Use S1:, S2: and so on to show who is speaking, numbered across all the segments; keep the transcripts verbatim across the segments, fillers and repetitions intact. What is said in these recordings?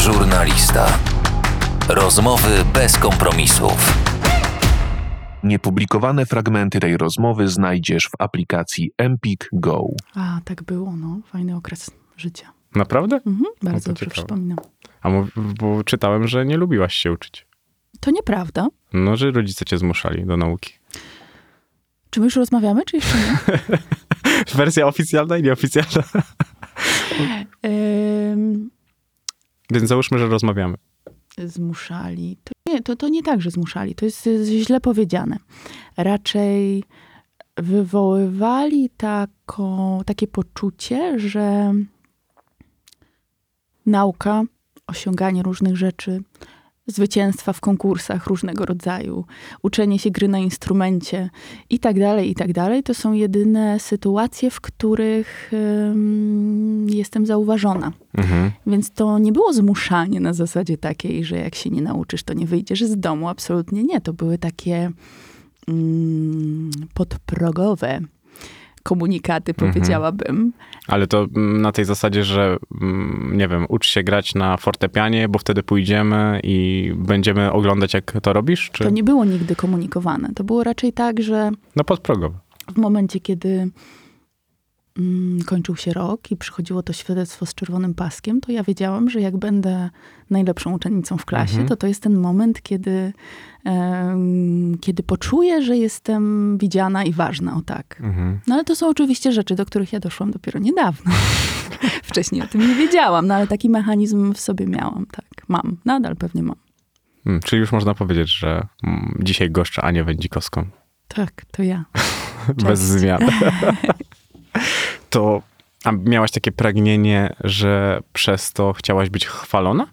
S1: Żurnalista. Rozmowy bez kompromisów.
S2: Niepublikowane fragmenty tej rozmowy znajdziesz w aplikacji Empik Go.
S3: A, tak było, no. Fajny okres życia.
S4: Naprawdę?
S3: Mhm, bardzo
S4: No to
S3: dobrze
S4: ciekawe.
S3: przypominam.
S4: A mów, bo czytałem, że nie lubiłaś się uczyć.
S3: To nieprawda.
S4: No, że rodzice cię zmuszali do nauki.
S3: Czy my już rozmawiamy, czy jeszcze nie?
S4: Wersja oficjalna i nieoficjalna.
S3: Ym,
S4: Więc załóżmy, że rozmawiamy.
S3: zmuszali. To nie, to, to nie tak, że zmuszali. To jest y, źle powiedziane. Raczej wywoływali taką, takie poczucie, że nauka, osiąganie różnych rzeczy, zwycięstwa w konkursach różnego rodzaju, uczenie się gry na instrumencie i tak dalej, i tak dalej, to są jedyne sytuacje, w których ym, jestem zauważona.
S4: Mhm.
S3: Więc to nie było zmuszanie na zasadzie takiej, że jak się nie nauczysz, to nie wyjdziesz z domu. Absolutnie nie. To były takie mm, podprogowe komunikaty,
S4: Mhm.
S3: powiedziałabym.
S4: Ale to mm, na tej zasadzie, że mm, nie wiem, ucz się grać na fortepianie, bo wtedy pójdziemy i będziemy oglądać, jak to robisz? Czy...
S3: To nie było nigdy komunikowane. To było raczej tak, że
S4: No podprogowo.
S3: w momencie, kiedy mm, kończył się rok i przychodziło to świadectwo z czerwonym paskiem, to ja wiedziałam, że jak będę najlepszą uczennicą w klasie,
S4: Mhm.
S3: to to jest ten moment, kiedy, em, kiedy poczuję, że jestem widziana i ważna, o tak.
S4: Mhm.
S3: No ale to są oczywiście rzeczy, do których ja doszłam dopiero niedawno. Wcześniej o tym nie wiedziałam, no ale taki mechanizm w sobie miałam, tak. Mam, nadal pewnie mam.
S4: Hmm, czyli już można powiedzieć, że mm, dzisiaj goszczę Anię Wędzikowską.
S3: Tak, to ja.
S4: Bez zmian. To a miałaś takie pragnienie, że przez to chciałaś być chwalona?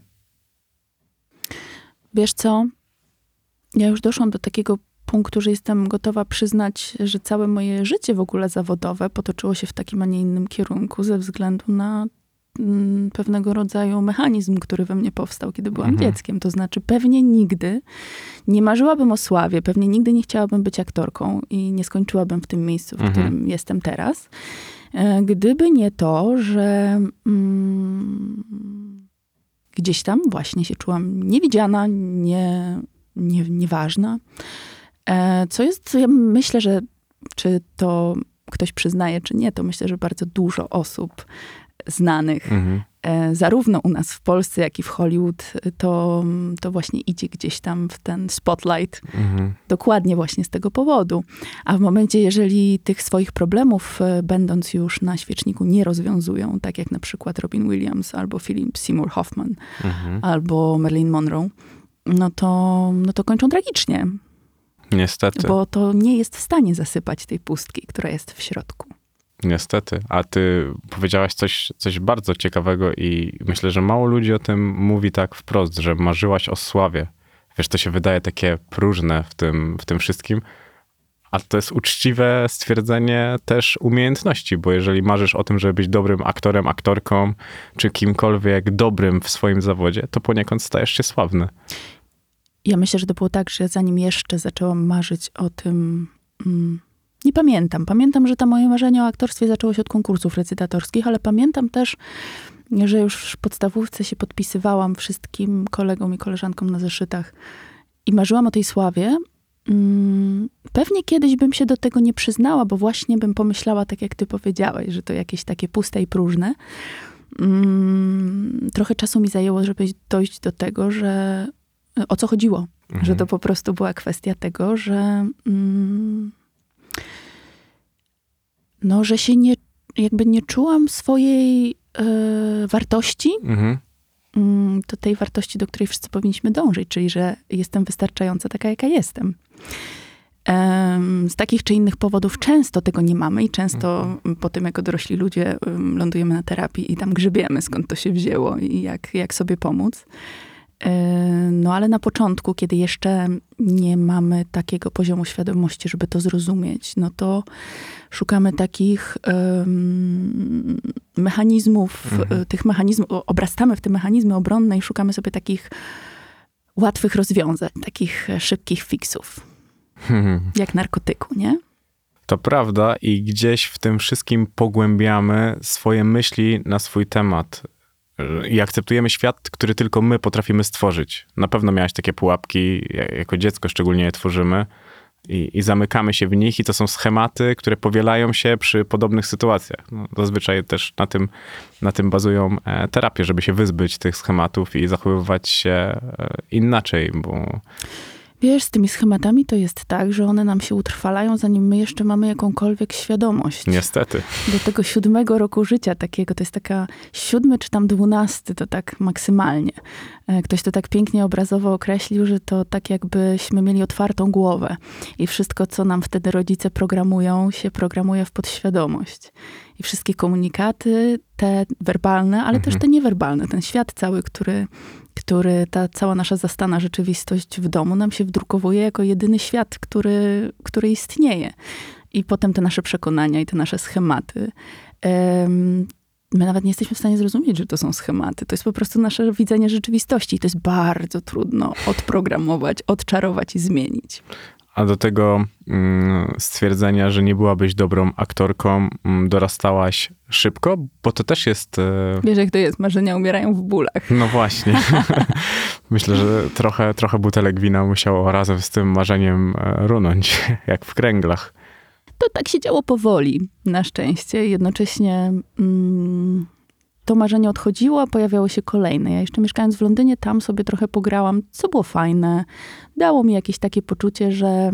S3: Wiesz co? Ja już doszłam do takiego punktu, że jestem gotowa przyznać, że całe moje życie w ogóle zawodowe potoczyło się w takim, a nie innym kierunku ze względu na mm, pewnego rodzaju mechanizm, który we mnie powstał, kiedy byłam
S4: Mhm.
S3: dzieckiem. To znaczy pewnie nigdy nie marzyłabym o sławie, pewnie nigdy nie chciałabym być aktorką i nie skończyłabym w tym miejscu, w
S4: Mhm.
S3: którym jestem teraz. E, Gdyby nie to, że mm, gdzieś tam właśnie się czułam niewidziana, nie, nie, nieważna. E, Co jest, ja myślę, że czy to ktoś przyznaje, czy nie, to myślę, że bardzo dużo osób znanych,
S4: Mhm.
S3: e, zarówno u nas w Polsce, jak i w Hollywood, to, to właśnie idzie gdzieś tam w ten spotlight.
S4: Mhm.
S3: Dokładnie właśnie z tego powodu. A w momencie, jeżeli tych swoich problemów, e, będąc już na świeczniku, nie rozwiązują, tak jak na przykład Robin Williams, albo Philip Seymour Hoffman,
S4: Mhm.
S3: albo Marilyn Monroe, no to, no to kończą tragicznie,
S4: Niestety.
S3: bo to nie jest w stanie zasypać tej pustki, która jest w środku.
S4: Niestety. A ty powiedziałaś coś, coś bardzo ciekawego i myślę, że mało ludzi o tym mówi tak wprost, że marzyłaś o sławie. Wiesz, to się wydaje takie próżne w tym, w tym wszystkim, a to jest uczciwe stwierdzenie też umiejętności, bo jeżeli marzysz o tym, żeby być dobrym aktorem, aktorką, czy kimkolwiek dobrym w swoim zawodzie, to poniekąd stajesz się sławny.
S3: Ja myślę, że to było tak, że zanim jeszcze zaczęłam marzyć o tym, mm, nie pamiętam. Pamiętam, że to moje marzenie o aktorstwie zaczęło się od konkursów recytatorskich, ale pamiętam też, że już w podstawówce się podpisywałam wszystkim kolegom i koleżankom na zeszytach i marzyłam o tej sławie. Mm, Pewnie kiedyś bym się do tego nie przyznała, bo właśnie bym pomyślała, tak jak ty powiedziałeś, że to jakieś takie puste i próżne. Mm, Trochę czasu mi zajęło, żeby dojść do tego, że o co chodziło.
S4: Mhm.
S3: Że to po prostu była kwestia tego, że mm, no, że się nie, jakby nie czułam swojej e, wartości,
S4: Mhm.
S3: mm, to tej wartości, do której wszyscy powinniśmy dążyć, czyli że jestem wystarczająca taka, jaka jestem. Em, Z takich czy innych powodów często tego nie mamy i często
S4: Mhm.
S3: po tym, jako dorośli ludzie, em, lądujemy na terapii i tam grzebiemy, skąd to się wzięło i jak, jak sobie pomóc. E, No ale na początku, kiedy jeszcze nie mamy takiego poziomu świadomości, żeby to zrozumieć, no to szukamy takich em, mechanizmów,
S4: Mhm.
S3: e, tych mechanizmów, o- obrastamy w te mechanizmy obronne i szukamy sobie takich łatwych rozwiązań, takich e, szybkich fixów,
S4: Mhm.
S3: jak narkotyku, nie?
S4: To prawda i gdzieś w tym wszystkim pogłębiamy swoje myśli na swój temat. i akceptujemy świat, który tylko my potrafimy stworzyć. Na pewno miałeś takie pułapki, jako dziecko szczególnie je tworzymy i, i zamykamy się w nich i to są schematy, które powielają się przy podobnych sytuacjach. No, zazwyczaj też na tym, na tym bazują e, terapie, żeby się wyzbyć tych schematów i zachowywać się e, inaczej, bo...
S3: Wiesz, z tymi schematami to jest tak, że one nam się utrwalają, zanim my jeszcze mamy jakąkolwiek świadomość.
S4: Niestety.
S3: Do tego siódmego roku życia takiego, to jest taka siódmy czy tam dwunasty, to tak maksymalnie. Ktoś to tak pięknie obrazowo określił, że to tak jakbyśmy mieli otwartą głowę i wszystko, co nam wtedy rodzice programują, się programuje w podświadomość. I wszystkie komunikaty, te werbalne, ale
S4: Mhm.
S3: też te niewerbalne, ten świat cały, który, który, ta cała nasza zastana rzeczywistość w domu nam się wdrukowuje jako jedyny świat, który, który istnieje. I potem te nasze przekonania i te nasze schematy. Em, My nawet nie jesteśmy w stanie zrozumieć, że to są schematy. To jest po prostu nasze widzenie rzeczywistości. I to jest bardzo trudno odprogramować, odczarować i zmienić.
S4: A do tego mm, stwierdzenia, że nie byłabyś dobrą aktorką, mm, dorastałaś szybko, bo to też jest... E,
S3: Wiesz, jak to jest? Marzenia umierają w bólach.
S4: no właśnie. Myślę, że trochę, trochę butelek wina musiało razem z tym marzeniem e, runąć, jak w kręglach.
S3: To tak się działo powoli, na szczęście. Jednocześnie mm, to marzenie odchodziło, a pojawiało się kolejne. Ja jeszcze mieszkając w Londynie, tam sobie trochę pograłam, co było fajne. Dało mi jakieś takie poczucie, że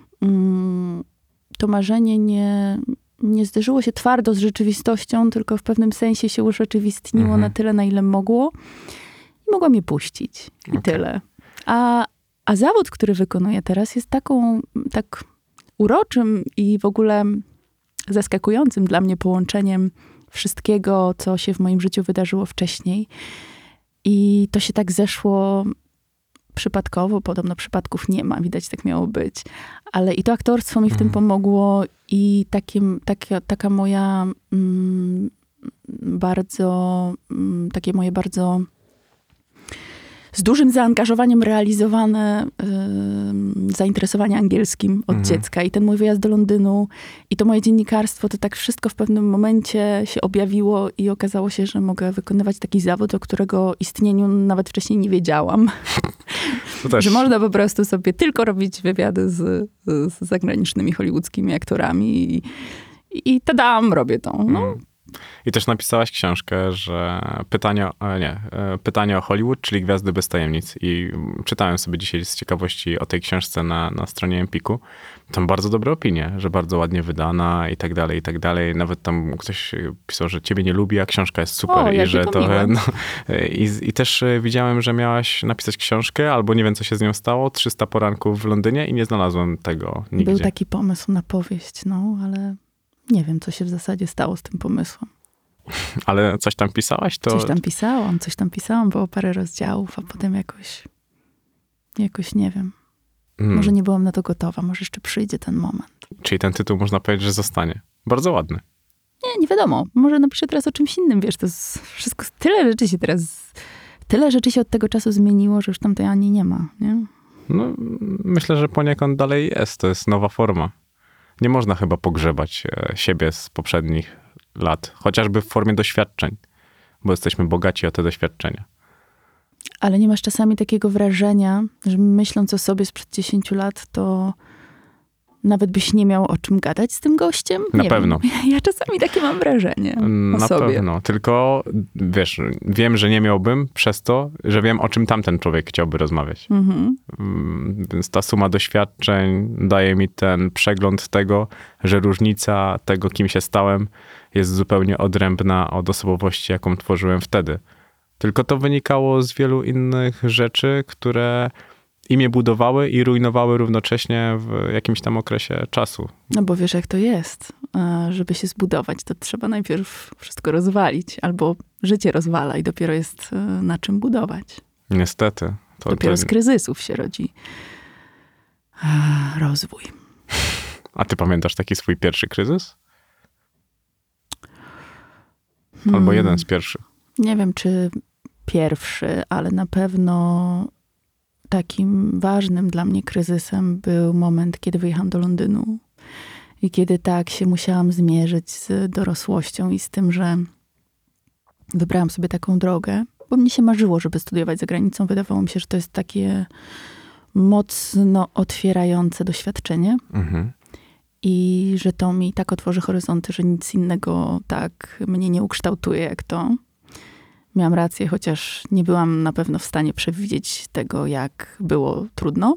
S3: mm, to marzenie nie, nie zderzyło się twardo z rzeczywistością, tylko w pewnym sensie się urzeczywistniło
S4: Mhm.
S3: na tyle, na ile mogło. I mogłam je puścić. I
S4: Okej.
S3: tyle. A, a zawód, który wykonuję teraz, jest taką, tak uroczym i w ogóle zaskakującym dla mnie połączeniem wszystkiego, co się w moim życiu wydarzyło wcześniej. I to się tak zeszło przypadkowo, podobno przypadków nie ma, widać tak miało być. Ale i to aktorstwo mi w tym
S4: Mhm.
S3: pomogło i takim, takie, taka moja mm, bardzo, mm, takie moje bardzo z dużym zaangażowaniem realizowane y, zainteresowanie angielskim od
S4: Mhm.
S3: dziecka. I ten mój wyjazd do Londynu i to moje dziennikarstwo, to tak wszystko w pewnym momencie się objawiło i okazało się, że mogę wykonywać taki zawód, o którego istnieniu nawet wcześniej nie wiedziałam.
S4: To też.
S3: Że można po prostu sobie tylko robić wywiady z, z zagranicznymi hollywoodzkimi aktorami i, i tadam, robię to. No,
S4: Mm. I też napisałaś książkę, że pytanie, o- nie, e, pytanie o Hollywood, czyli Gwiazdy bez tajemnic. I czytałem sobie dzisiaj z ciekawości o tej książce na, na stronie Empiku. Tam bardzo dobre opinie, że bardzo ładnie wydana i tak dalej, i tak dalej. Nawet tam ktoś pisał, że ciebie nie lubi, a książka jest super.
S3: O,
S4: I
S3: jakie
S4: że
S3: to
S4: to,
S3: miłe.
S4: no, i, I też e, widziałem, że miałaś napisać książkę, albo nie wiem, co się z nią stało, trzysta poranków w Londynie i nie znalazłem tego nigdzie.
S3: był taki pomysł na powieść, no, ale nie wiem, co się w zasadzie stało z tym pomysłem.
S4: Ale coś tam pisałaś? To...
S3: Coś tam pisałam, coś tam pisałam, było parę rozdziałów, a potem jakoś, jakoś nie wiem.
S4: Mm.
S3: Może nie byłam na to gotowa, może jeszcze przyjdzie ten moment.
S4: Czyli ten tytuł można powiedzieć, że zostanie. Bardzo ładny.
S3: Nie, nie wiadomo. Może napiszę teraz o czymś innym, wiesz, to jest wszystko, tyle rzeczy się teraz, tyle rzeczy się od tego czasu zmieniło, że już tam tej Ani nie ma, nie?
S4: No, myślę, że poniekąd dalej jest. To jest nowa forma. Nie można chyba pogrzebać e, siebie z poprzednich lat. Chociażby w formie doświadczeń. Bo jesteśmy bogaci o te doświadczenia.
S3: Ale nie masz czasami takiego wrażenia, że myśląc o sobie sprzed dziesięciu lat, to nawet byś nie miał o czym gadać z tym gościem?
S4: Na
S3: Nie
S4: pewno.
S3: Wiem. Ja czasami takie mam wrażenie o
S4: Na
S3: sobie.
S4: pewno. Tylko, wiesz, wiem, że nie miałbym przez to, że wiem, o czym tamten człowiek chciałby rozmawiać.
S3: Mhm.
S4: Mm, Więc ta suma doświadczeń daje mi ten przegląd tego, że różnica tego, kim się stałem, jest zupełnie odrębna od osobowości, jaką tworzyłem wtedy. Tylko to wynikało z wielu innych rzeczy, które i mnie budowały i rujnowały równocześnie w jakimś tam okresie czasu.
S3: No bo wiesz, jak to jest. E, Żeby się zbudować, to trzeba najpierw wszystko rozwalić, albo życie rozwala i dopiero jest e, na czym budować.
S4: Niestety. To,
S3: Dopiero
S4: to...
S3: z kryzysów się rodzi e, rozwój.
S4: A ty pamiętasz taki swój pierwszy kryzys?
S3: Hmm.
S4: Albo jeden z pierwszych?
S3: Nie wiem, czy pierwszy, ale na pewno takim ważnym dla mnie kryzysem był moment, kiedy wyjechałam do Londynu i kiedy tak się musiałam zmierzyć z dorosłością i z tym, że wybrałam sobie taką drogę, bo mnie się marzyło, żeby studiować za granicą. Wydawało mi się, że to jest takie mocno otwierające doświadczenie.
S4: Mhm.
S3: I że to mi tak otworzy horyzonty, że nic innego tak mnie nie ukształtuje jak to. Miałam rację, chociaż nie byłam na pewno w stanie przewidzieć tego, jak było trudno.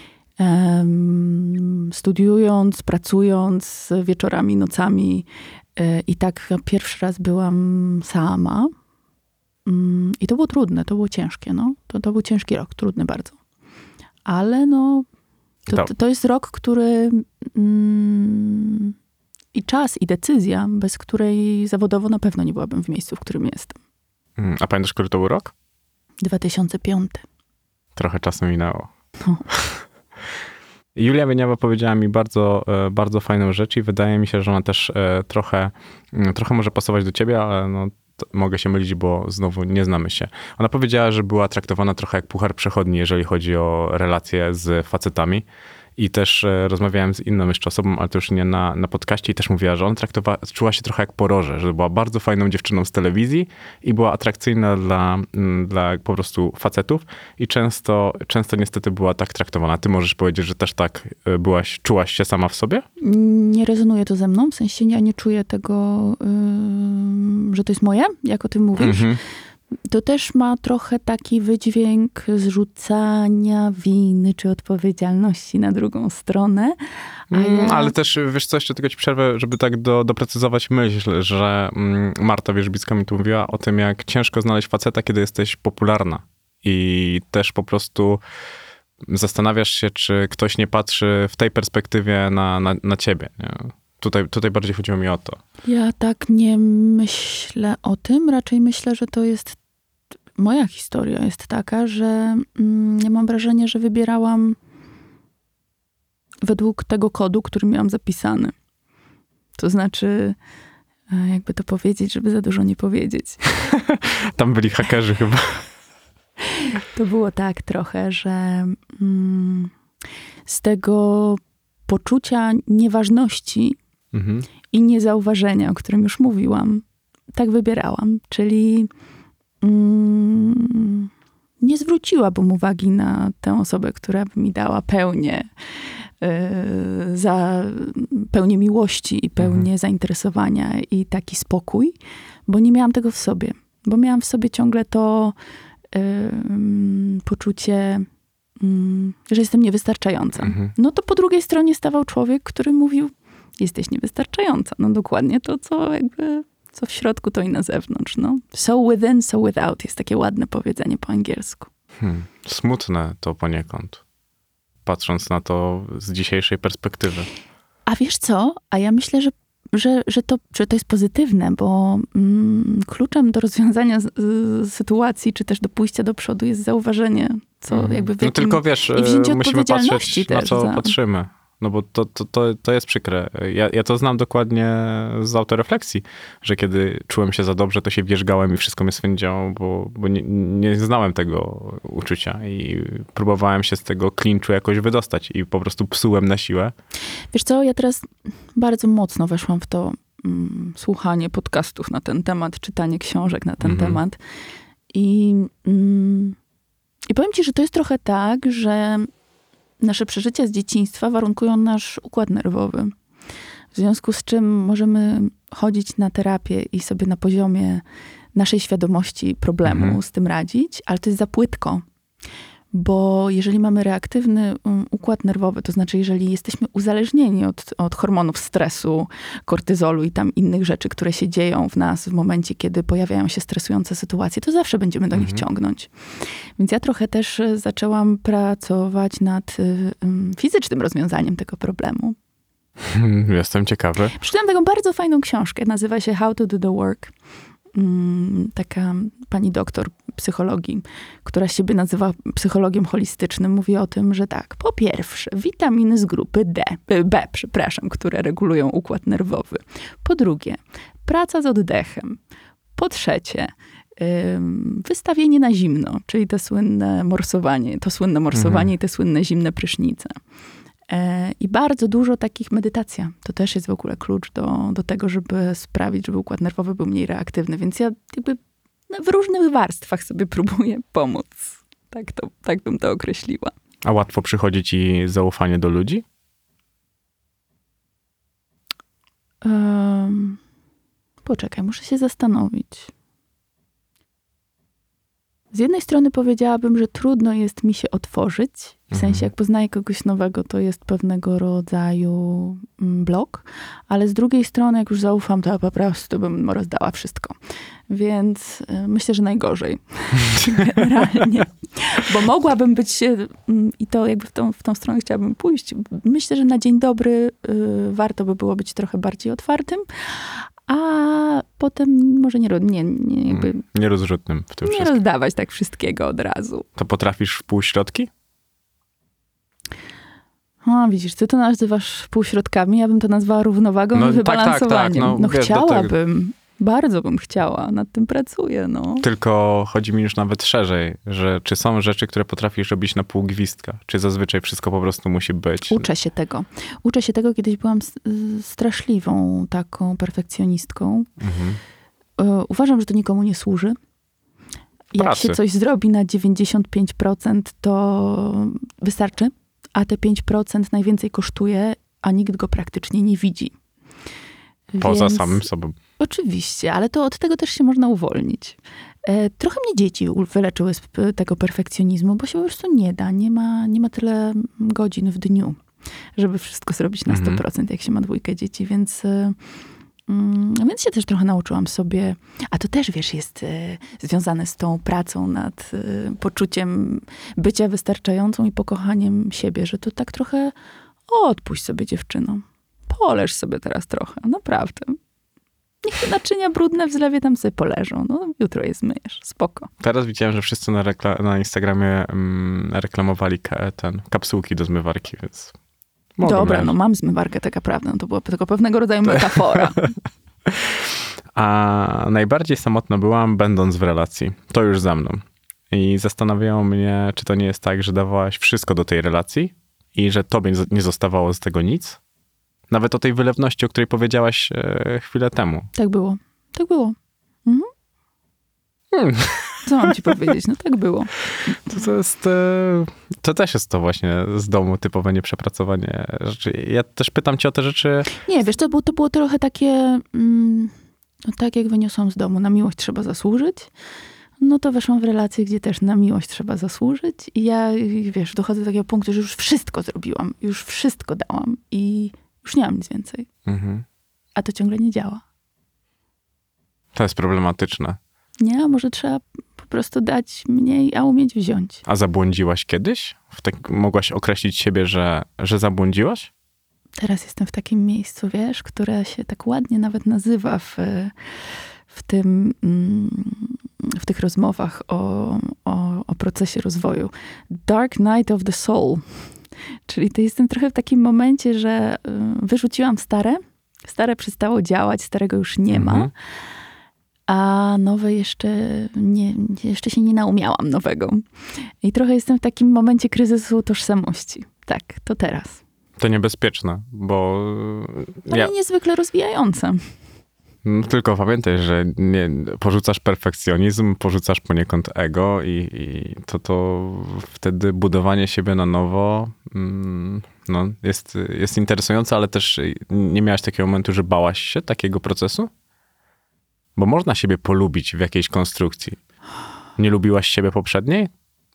S3: Um, studiując, pracując wieczorami, nocami yy, i tak pierwszy raz byłam sama. Yy, I to było trudne, to było ciężkie. No. To, to był ciężki rok, trudny bardzo. Ale no, to, to, to jest rok, który mm, i czas, i decyzja, bez której zawodowo na pewno nie byłabym w miejscu, w którym jestem.
S4: A pamiętasz, który to był rok?
S3: dwa tysiące piąty.
S4: Trochę czasu minęło.
S3: No.
S4: Julia Wieniawa powiedziała mi bardzo, bardzo fajną rzecz i wydaje mi się, że ona też trochę, trochę może pasować do ciebie, ale no, mogę się mylić, bo znowu nie znamy się. Ona powiedziała, że była traktowana trochę jak puchar przechodni, jeżeli chodzi o relacje z facetami. I też e, rozmawiałem z inną jeszcze osobą, ale to już nie na, na podcaście, i też mówiła, że ona traktowała, czuła się trochę jak poroże, że była bardzo fajną dziewczyną z telewizji i była atrakcyjna dla, dla po prostu facetów i często, często niestety była tak traktowana. Ty możesz powiedzieć, że też tak byłaś, czułaś się sama w sobie?
S3: Nie rezonuje to ze mną, w sensie ja nie czuję tego, yy, że to jest moje, jak o tym mówisz. Mhm. To też ma trochę taki wydźwięk zrzucania winy czy odpowiedzialności na drugą stronę. A ja...
S4: mm, ale też, wiesz co, jeszcze tylko ci przerwę, żeby tak do, doprecyzować myśl, że mm, Marta Wierzbicka mi tu mówiła o tym, jak ciężko znaleźć faceta, kiedy jesteś popularna. I też po prostu zastanawiasz się, czy ktoś nie patrzy w tej perspektywie na, na, na ciebie. Nie? Tutaj, tutaj bardziej chodziło mi o to.
S3: Ja tak nie myślę o tym. Raczej myślę, że to jest... Moja historia jest taka, że mm, ja mam wrażenie, że wybierałam według tego kodu, który miałam zapisany. To znaczy, jakby to powiedzieć, żeby za dużo nie powiedzieć.
S4: Tam byli hakerzy chyba.
S3: To było tak trochę, że mm, z tego poczucia nieważności mhm. i niezauważenia, o którym już mówiłam, tak wybierałam. Czyli mm, nie zwróciłabym uwagi na tę osobę, która by mi dała pełnię yy, za pełnię miłości i pełnię mhm. zainteresowania i taki spokój, bo nie miałam tego w sobie. Bo miałam w sobie ciągle to yy, poczucie, yy, że jestem niewystarczająca. Mhm. No to po drugiej stronie stawał człowiek, który mówił, jesteś niewystarczająca. No dokładnie to, co jakby, co w środku, to i na zewnątrz. No. So within, so without. Jest takie ładne powiedzenie po angielsku.
S4: Hmm. Smutne to poniekąd, patrząc na to z dzisiejszej perspektywy.
S3: A wiesz co? A ja myślę, że, że, że, to, że to jest pozytywne, bo mm, kluczem do rozwiązania z, z sytuacji, czy też do pójścia do przodu jest zauważenie, co mm. jakby w jakim,
S4: no tylko wiesz,
S3: i wzięcie
S4: musimy patrzeć, na co
S3: za...
S4: patrzymy. No bo to, to, to, to jest przykre. Ja, ja to znam dokładnie z autorefleksji, że kiedy czułem się za dobrze, to się wierzgałem i wszystko mnie swędziało, bo, bo nie, nie znałem tego uczucia i próbowałem się z tego klinczu jakoś wydostać i po prostu psułem na siłę.
S3: Wiesz co, ja teraz bardzo mocno weszłam w to mm, słuchanie podcastów na ten temat, czytanie książek na ten mhm. temat i, mm, i powiem ci, że to jest trochę tak, że nasze przeżycia z dzieciństwa warunkują nasz układ nerwowy. W związku z czym możemy chodzić na terapię i sobie na poziomie naszej świadomości problemu mhm. z tym radzić, ale to jest za płytko. Bo jeżeli mamy reaktywny um, układ nerwowy, to znaczy jeżeli jesteśmy uzależnieni od, od hormonów stresu, kortyzolu i tam innych rzeczy, które się dzieją w nas w momencie, kiedy pojawiają się stresujące sytuacje, to zawsze będziemy do mhm. nich ciągnąć. Więc ja trochę też zaczęłam pracować nad y, y, fizycznym rozwiązaniem tego problemu.
S4: Jestem ciekawy.
S3: Przeczytałam taką bardzo fajną książkę, nazywa się How to do the Work. Taka pani doktor psychologii, która siebie nazywa psychologiem holistycznym, mówi o tym, że tak, po pierwsze, witaminy z grupy D, B, przepraszam, które regulują układ nerwowy. Po drugie, praca z oddechem. Po trzecie, wystawienie na zimno, czyli to słynne morsowanie, to słynne morsowanie mhm. i te słynne zimne prysznice. E, I bardzo dużo takich medytacja. To też jest w ogóle klucz do, do tego, żeby sprawić, żeby układ nerwowy był mniej reaktywny. Więc ja jakby no, w różnych warstwach sobie próbuję pomóc. Tak, to, tak bym to określiła.
S4: A łatwo przychodzi ci zaufanie do ludzi?
S3: Um, poczekaj, muszę się zastanowić. Z jednej strony powiedziałabym, że trudno jest mi się otworzyć. W
S4: Mhm.
S3: sensie, jak poznaję kogoś nowego, to jest pewnego rodzaju mm, blok. Ale z drugiej strony, jak już zaufam, to ja po prostu bym rozdała wszystko. Więc y, myślę, że najgorzej. Generalnie. Bo mogłabym być, y, i to jakby w tą, w tą stronę chciałabym pójść. Myślę, że na dzień dobry y, warto by było być trochę bardziej otwartym. A potem może nie, ro- nie, nie, jakby
S4: Nierozrzutnym w tym
S3: nie
S4: wszystkim.
S3: rozdawać tak wszystkiego od razu.
S4: To potrafisz w półśrodki?
S3: O, widzisz, ty to nazywasz półśrodkami, ja bym to nazwała równowagą
S4: No,
S3: i
S4: tak, tak,
S3: wybalansowaniem.
S4: tak, no,
S3: no
S4: wiesz, do
S3: chciałabym, bardzo bym chciała, nad tym pracuję, no.
S4: Tylko chodzi mi już nawet szerzej, że czy są rzeczy, które potrafisz robić na pół gwizdka? Czy zazwyczaj wszystko po prostu musi być?
S3: Uczę się tego. Uczę się tego, kiedyś byłam s- y, straszliwą taką perfekcjonistką.
S4: Mhm.
S3: Y, Uważam, że to nikomu nie służy. Jak
S4: Pracy.
S3: się coś zrobi na dziewięćdziesiąt pięć procent, to wystarczy, a te pięć procent najwięcej kosztuje, a nikt go praktycznie nie widzi.
S4: Poza
S3: Więc-
S4: samym sobą.
S3: Oczywiście, ale to od tego też się można uwolnić. E, trochę mnie dzieci u- wyleczyły z p- tego perfekcjonizmu, bo się po prostu nie da. Nie ma, nie ma tyle godzin w dniu, żeby wszystko zrobić na
S4: Mhm.
S3: sto procent, jak się ma dwójkę dzieci, więc... e, Mm, więc się też trochę nauczyłam sobie, a to też, wiesz, jest e, związane z tą pracą nad e, poczuciem bycia wystarczającą i pokochaniem siebie, że to tak trochę odpuść sobie, dziewczyno. Poleż sobie teraz trochę, naprawdę. Niech te naczynia brudne w zlewie tam sobie poleżą. No, jutro je zmyjesz, spoko.
S4: Teraz widziałem, że wszyscy na, rekla- na Instagramie mm, reklamowali ka- ten, kapsułki do zmywarki, więc mogą
S3: Dobra,
S4: mieć.
S3: no mam zmywarkę, taka prawda. No, to była tylko pewnego rodzaju metafora.
S4: A najbardziej samotna byłam, będąc w relacji. To już za mną. I zastanawiało mnie, czy to nie jest tak, że dawałaś wszystko do tej relacji i że tobie z- nie zostawało z tego nic? Nawet o tej wylewności, o której powiedziałaś e, chwilę temu.
S3: Tak było. Tak było. Mhm.
S4: Hmm.
S3: Co mam ci powiedzieć? No tak było.
S4: To, to jest, e, to też jest to właśnie z domu typowe nieprzepracowanie rzeczy. Ja też pytam cię o te rzeczy.
S3: Nie, wiesz, to było, to było trochę takie, mm, no tak jak wyniosłam z domu, na miłość trzeba zasłużyć, no to weszłam w relację, gdzie też na miłość trzeba zasłużyć i ja, wiesz, dochodzę do takiego punktu, że już wszystko zrobiłam, już wszystko dałam i już nie mam nic więcej,
S4: Mhm.
S3: a to ciągle nie działa.
S4: To jest problematyczne.
S3: Nie, a może trzeba po prostu dać mniej, a umieć wziąć.
S4: A zabłądziłaś kiedyś? W tak, mogłaś określić siebie, że, że zabłądziłaś?
S3: Teraz jestem w takim miejscu, wiesz, które się tak ładnie nawet nazywa w, w tym, mm, w tych rozmowach o, o, o procesie rozwoju. Dark Night of the Soul. Czyli to jestem trochę w takim momencie, że y, wyrzuciłam stare, stare przestało działać, starego już nie ma,
S4: Mhm.
S3: a nowe jeszcze, nie, jeszcze się nie naumiałam nowego. I trochę jestem w takim momencie kryzysu tożsamości. Tak, to teraz.
S4: To niebezpieczne, bo
S3: Ale
S4: ja,
S3: niezwykle rozwijające.
S4: no, tylko pamiętaj, że nie, porzucasz perfekcjonizm, porzucasz poniekąd ego i, i to, to wtedy budowanie siebie na nowo mm, no, jest, jest interesujące, ale też nie miałaś takiego momentu, że bałaś się takiego procesu? Bo można siebie polubić w jakiejś konstrukcji. Nie lubiłaś siebie poprzedniej?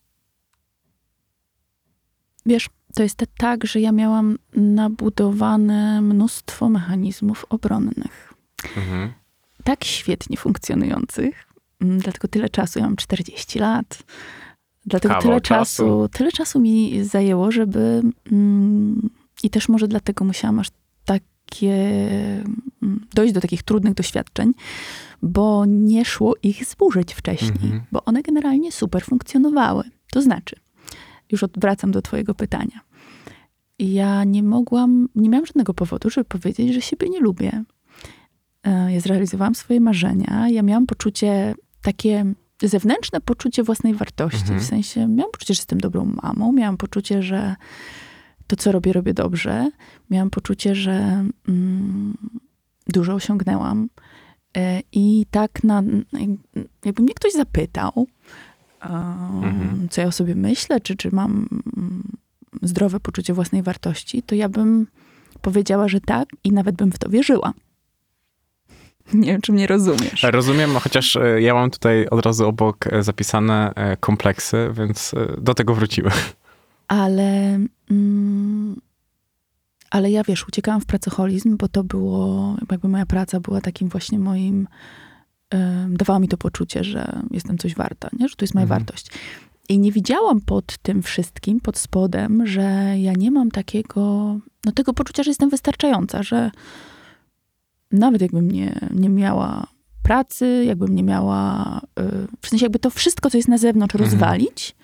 S3: Wiesz, to jest tak, że ja miałam nabudowane mnóstwo mechanizmów obronnych.
S4: Mhm.
S3: Tak świetnie funkcjonujących. mm, Dlatego tyle czasu, ja mam czterdzieści lat. Dlatego
S4: Kawał
S3: tyle
S4: czasu.
S3: czasu, tyle czasu mi zajęło, żeby... Mm, I też może dlatego musiałam aż takie... mm, dojść do takich trudnych doświadczeń, bo nie szło ich zburzyć wcześniej.
S4: Mhm.
S3: Bo one generalnie super funkcjonowały. To znaczy, już odwracam do twojego pytania. Ja nie mogłam, nie miałam żadnego powodu, żeby powiedzieć, że siebie nie lubię. Ja zrealizowałam swoje marzenia. Ja miałam poczucie, takie zewnętrzne poczucie własnej wartości.
S4: Mhm.
S3: W sensie, miałam poczucie, że jestem dobrą mamą. Miałam poczucie, że to, co robię, robię dobrze. Miałam poczucie, że mm, dużo osiągnęłam. E, I tak na, jakby mnie ktoś zapytał, um,
S4: Mhm.
S3: co ja o sobie myślę, czy, czy mam mm, zdrowe poczucie własnej wartości, to ja bym powiedziała, że tak i nawet bym w to wierzyła. Nie wiem, czy mnie rozumiesz.
S4: Rozumiem, chociaż e, ja mam tutaj od razu obok e, zapisane e, kompleksy, więc e, do tego wrócimy.
S3: Ale, mm, ale ja, wiesz, uciekałam w pracoholizm, bo to było, jakby moja praca była takim właśnie moim, um, dawała mi to poczucie, że jestem coś warta, nie? Że to jest moja
S4: Mhm.
S3: wartość. I nie widziałam pod tym wszystkim, pod spodem, że ja nie mam takiego, no tego poczucia, że jestem wystarczająca, że nawet jakbym nie, nie miała pracy, jakbym nie miała, y, w sensie jakby to wszystko, co jest na zewnątrz,
S4: Mhm.
S3: rozwalić,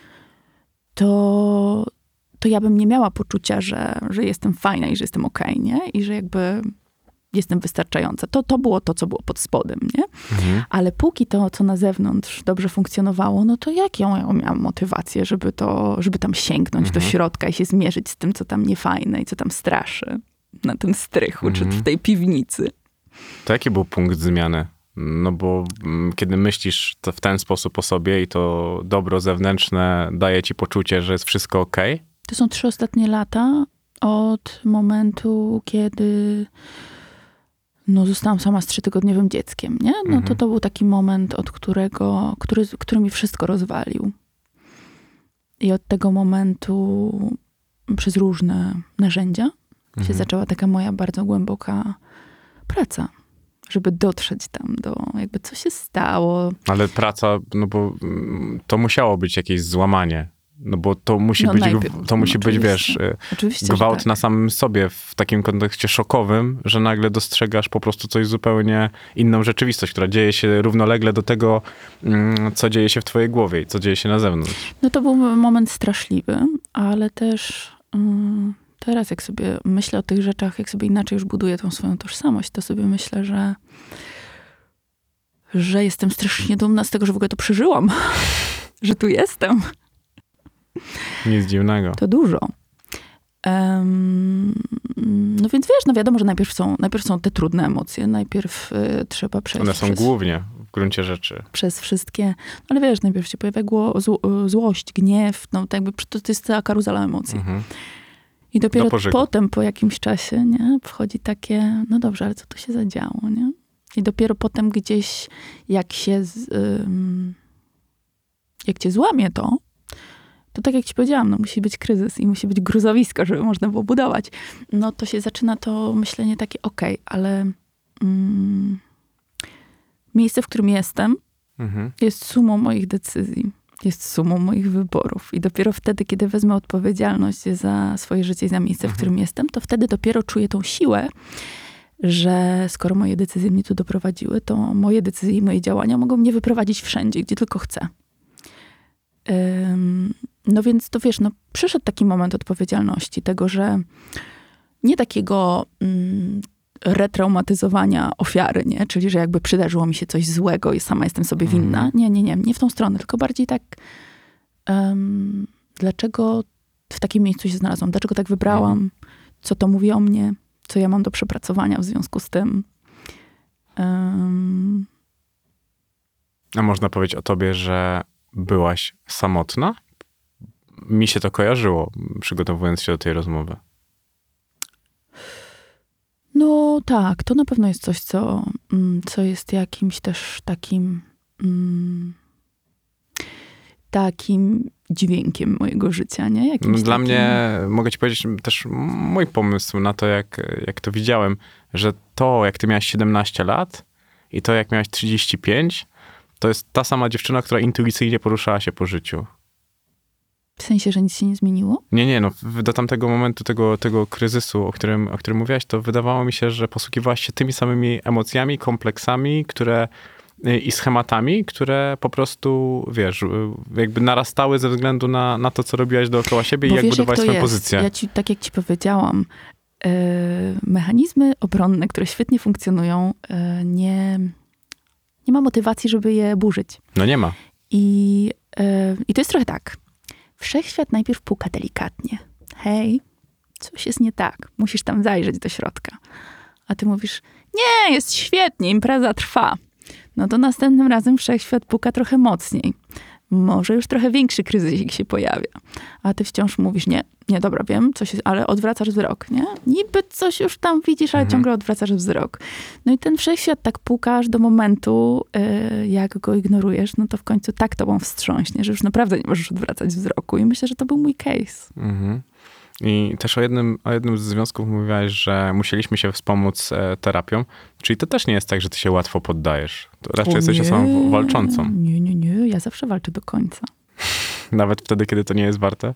S3: to, to ja bym nie miała poczucia, że, że jestem fajna i że jestem okej, nie? I że jakby jestem wystarczająca. To, to było to, co było pod spodem, nie?
S4: Mhm.
S3: Ale póki to, co na zewnątrz dobrze funkcjonowało, no to jak ja miałam motywację, żeby to, żeby tam sięgnąć
S4: Mhm.
S3: do środka i się zmierzyć z tym, co tam niefajne i co tam straszy na tym strychu,
S4: Mhm.
S3: czy w tej piwnicy.
S4: To jaki był punkt zmiany? No bo mm, kiedy myślisz to w ten sposób o sobie i to dobro zewnętrzne daje ci poczucie, że jest wszystko okej,
S3: To są trzy ostatnie lata od momentu, kiedy no, zostałam sama z trzytygodniowym dzieckiem, nie? No to
S4: Mhm.
S3: to był taki moment, od którego, który, który mi wszystko rozwalił. I od tego momentu przez różne narzędzia się
S4: Mhm.
S3: zaczęła taka moja bardzo głęboka praca, żeby dotrzeć tam do jakby co się stało.
S4: Ale praca, no bo mm, to musiało być jakieś złamanie. No bo to musi
S3: No
S4: być,
S3: najpierw,
S4: to musi
S3: no
S4: być,
S3: oczywiście.
S4: wiesz, y,
S3: Oczywiście, że
S4: gwałt
S3: tak.
S4: na samym sobie w takim kontekście szokowym, że nagle dostrzegasz po prostu coś zupełnie inną rzeczywistość, która dzieje się równolegle do tego, mm, co dzieje się w twojej głowie i co dzieje się na zewnątrz.
S3: No to był moment straszliwy, ale też mm, teraz jak sobie myślę o tych rzeczach, jak sobie inaczej już buduję tą swoją tożsamość, to sobie myślę, że że jestem strasznie dumna z tego, że w ogóle to przeżyłam. Że tu jestem.
S4: Nic dziwnego.
S3: To dużo. Em, no więc wiesz, no wiadomo, że najpierw są, najpierw są te trudne emocje, najpierw y, trzeba przejść
S4: One są
S3: przez,
S4: głównie w gruncie rzeczy.
S3: przez wszystkie, no ale wiesz, najpierw się pojawia gło, zło, złość, gniew, no to jakby to, to jest cała karuzela emocji.
S4: Mhm.
S3: I dopiero
S4: Do pożygu.
S3: potem, po jakimś czasie, nie, wchodzi takie, no dobrze, ale co tu się zadziało, nie? I dopiero potem gdzieś, jak się, z, ym, jak cię złamie to, to tak jak ci powiedziałam, no musi być kryzys i musi być gruzowisko, żeby można było budować. No to się zaczyna to myślenie takie, okej, ale mm, miejsce, w którym jestem,
S4: Mhm.
S3: jest sumą moich decyzji, jest sumą moich wyborów. I dopiero wtedy, kiedy wezmę odpowiedzialność za swoje życie i za miejsce, w
S4: Mhm.
S3: którym jestem, to wtedy dopiero czuję tą siłę, że skoro moje decyzje mnie tu doprowadziły, to moje decyzje i moje działania mogą mnie wyprowadzić wszędzie, gdzie tylko chcę. Ym, no więc to wiesz, no przyszedł taki moment odpowiedzialności, tego, że nie takiego mm, retraumatyzowania ofiary, nie? Czyli, że jakby przydarzyło mi się coś złego i sama jestem sobie winna.
S4: Mhm.
S3: Nie, nie, nie, nie w tą stronę, tylko bardziej tak ym, dlaczego w takim miejscu się znalazłam, dlaczego tak wybrałam, co to mówi o mnie, co ja mam do przepracowania w związku z tym. Ym,
S4: A można powiedzieć o tobie, że byłaś samotna? Mi się to kojarzyło, przygotowując się do tej rozmowy.
S3: No tak, to na pewno jest coś, co, mm, co jest jakimś też takim mm, takim dźwiękiem mojego życia, nie? Jakimś
S4: No, dla
S3: takim...
S4: mnie, mogę ci powiedzieć też mój pomysł na to, jak, jak to widziałem, że to, jak ty miałaś siedemnaście lat i to, jak miałaś trzydzieści pięć, to jest ta sama dziewczyna, która intuicyjnie poruszała się po życiu.
S3: W sensie, że nic się nie zmieniło?
S4: Nie, nie, no w- do tamtego momentu, tego, tego kryzysu, o którym, o którym mówiłaś, to wydawało mi się, że posługiwałaś się tymi samymi emocjami, kompleksami, które y, i schematami, które po prostu, wiesz, y, jakby narastały ze względu na, na to, co robiłaś dookoła siebie
S3: Bo
S4: i jak
S3: wiesz,
S4: budowałaś
S3: to
S4: swoją
S3: jest.
S4: pozycję.
S3: Ja ci, tak jak ci powiedziałam, e, mechanizmy obronne, które świetnie funkcjonują, e, nie, nie ma motywacji, żeby je burzyć.
S4: No nie ma.
S3: I, e, I to jest trochę tak. Wszechświat najpierw puka delikatnie. Hej, coś jest nie tak, musisz tam zajrzeć do środka. A ty mówisz, nie, jest świetnie, impreza trwa. No to następnym razem wszechświat puka trochę mocniej. Może już trochę większy kryzysik się pojawia. A ty wciąż mówisz, nie, nie, dobra, wiem, coś jest, ale odwracasz wzrok, nie? Niby coś już tam widzisz, ale
S4: Mhm.
S3: ciągle odwracasz wzrok. No i ten wszechświat tak puka aż do momentu, yy, jak go ignorujesz, no to w końcu tak tobą wstrząśnie, że już naprawdę nie możesz odwracać wzroku. I myślę, że to był mój case.
S4: Mhm. I też o jednym, o jednym z związków mówiłaś, że musieliśmy się wspomóc e, terapią. Czyli to też nie jest tak, że ty się łatwo poddajesz. To raczej
S3: O
S4: jesteś
S3: nie,
S4: osobą walczącą.
S3: Nie, nie, nie. Ja zawsze walczę do końca.
S4: Nawet wtedy, kiedy to nie jest warte?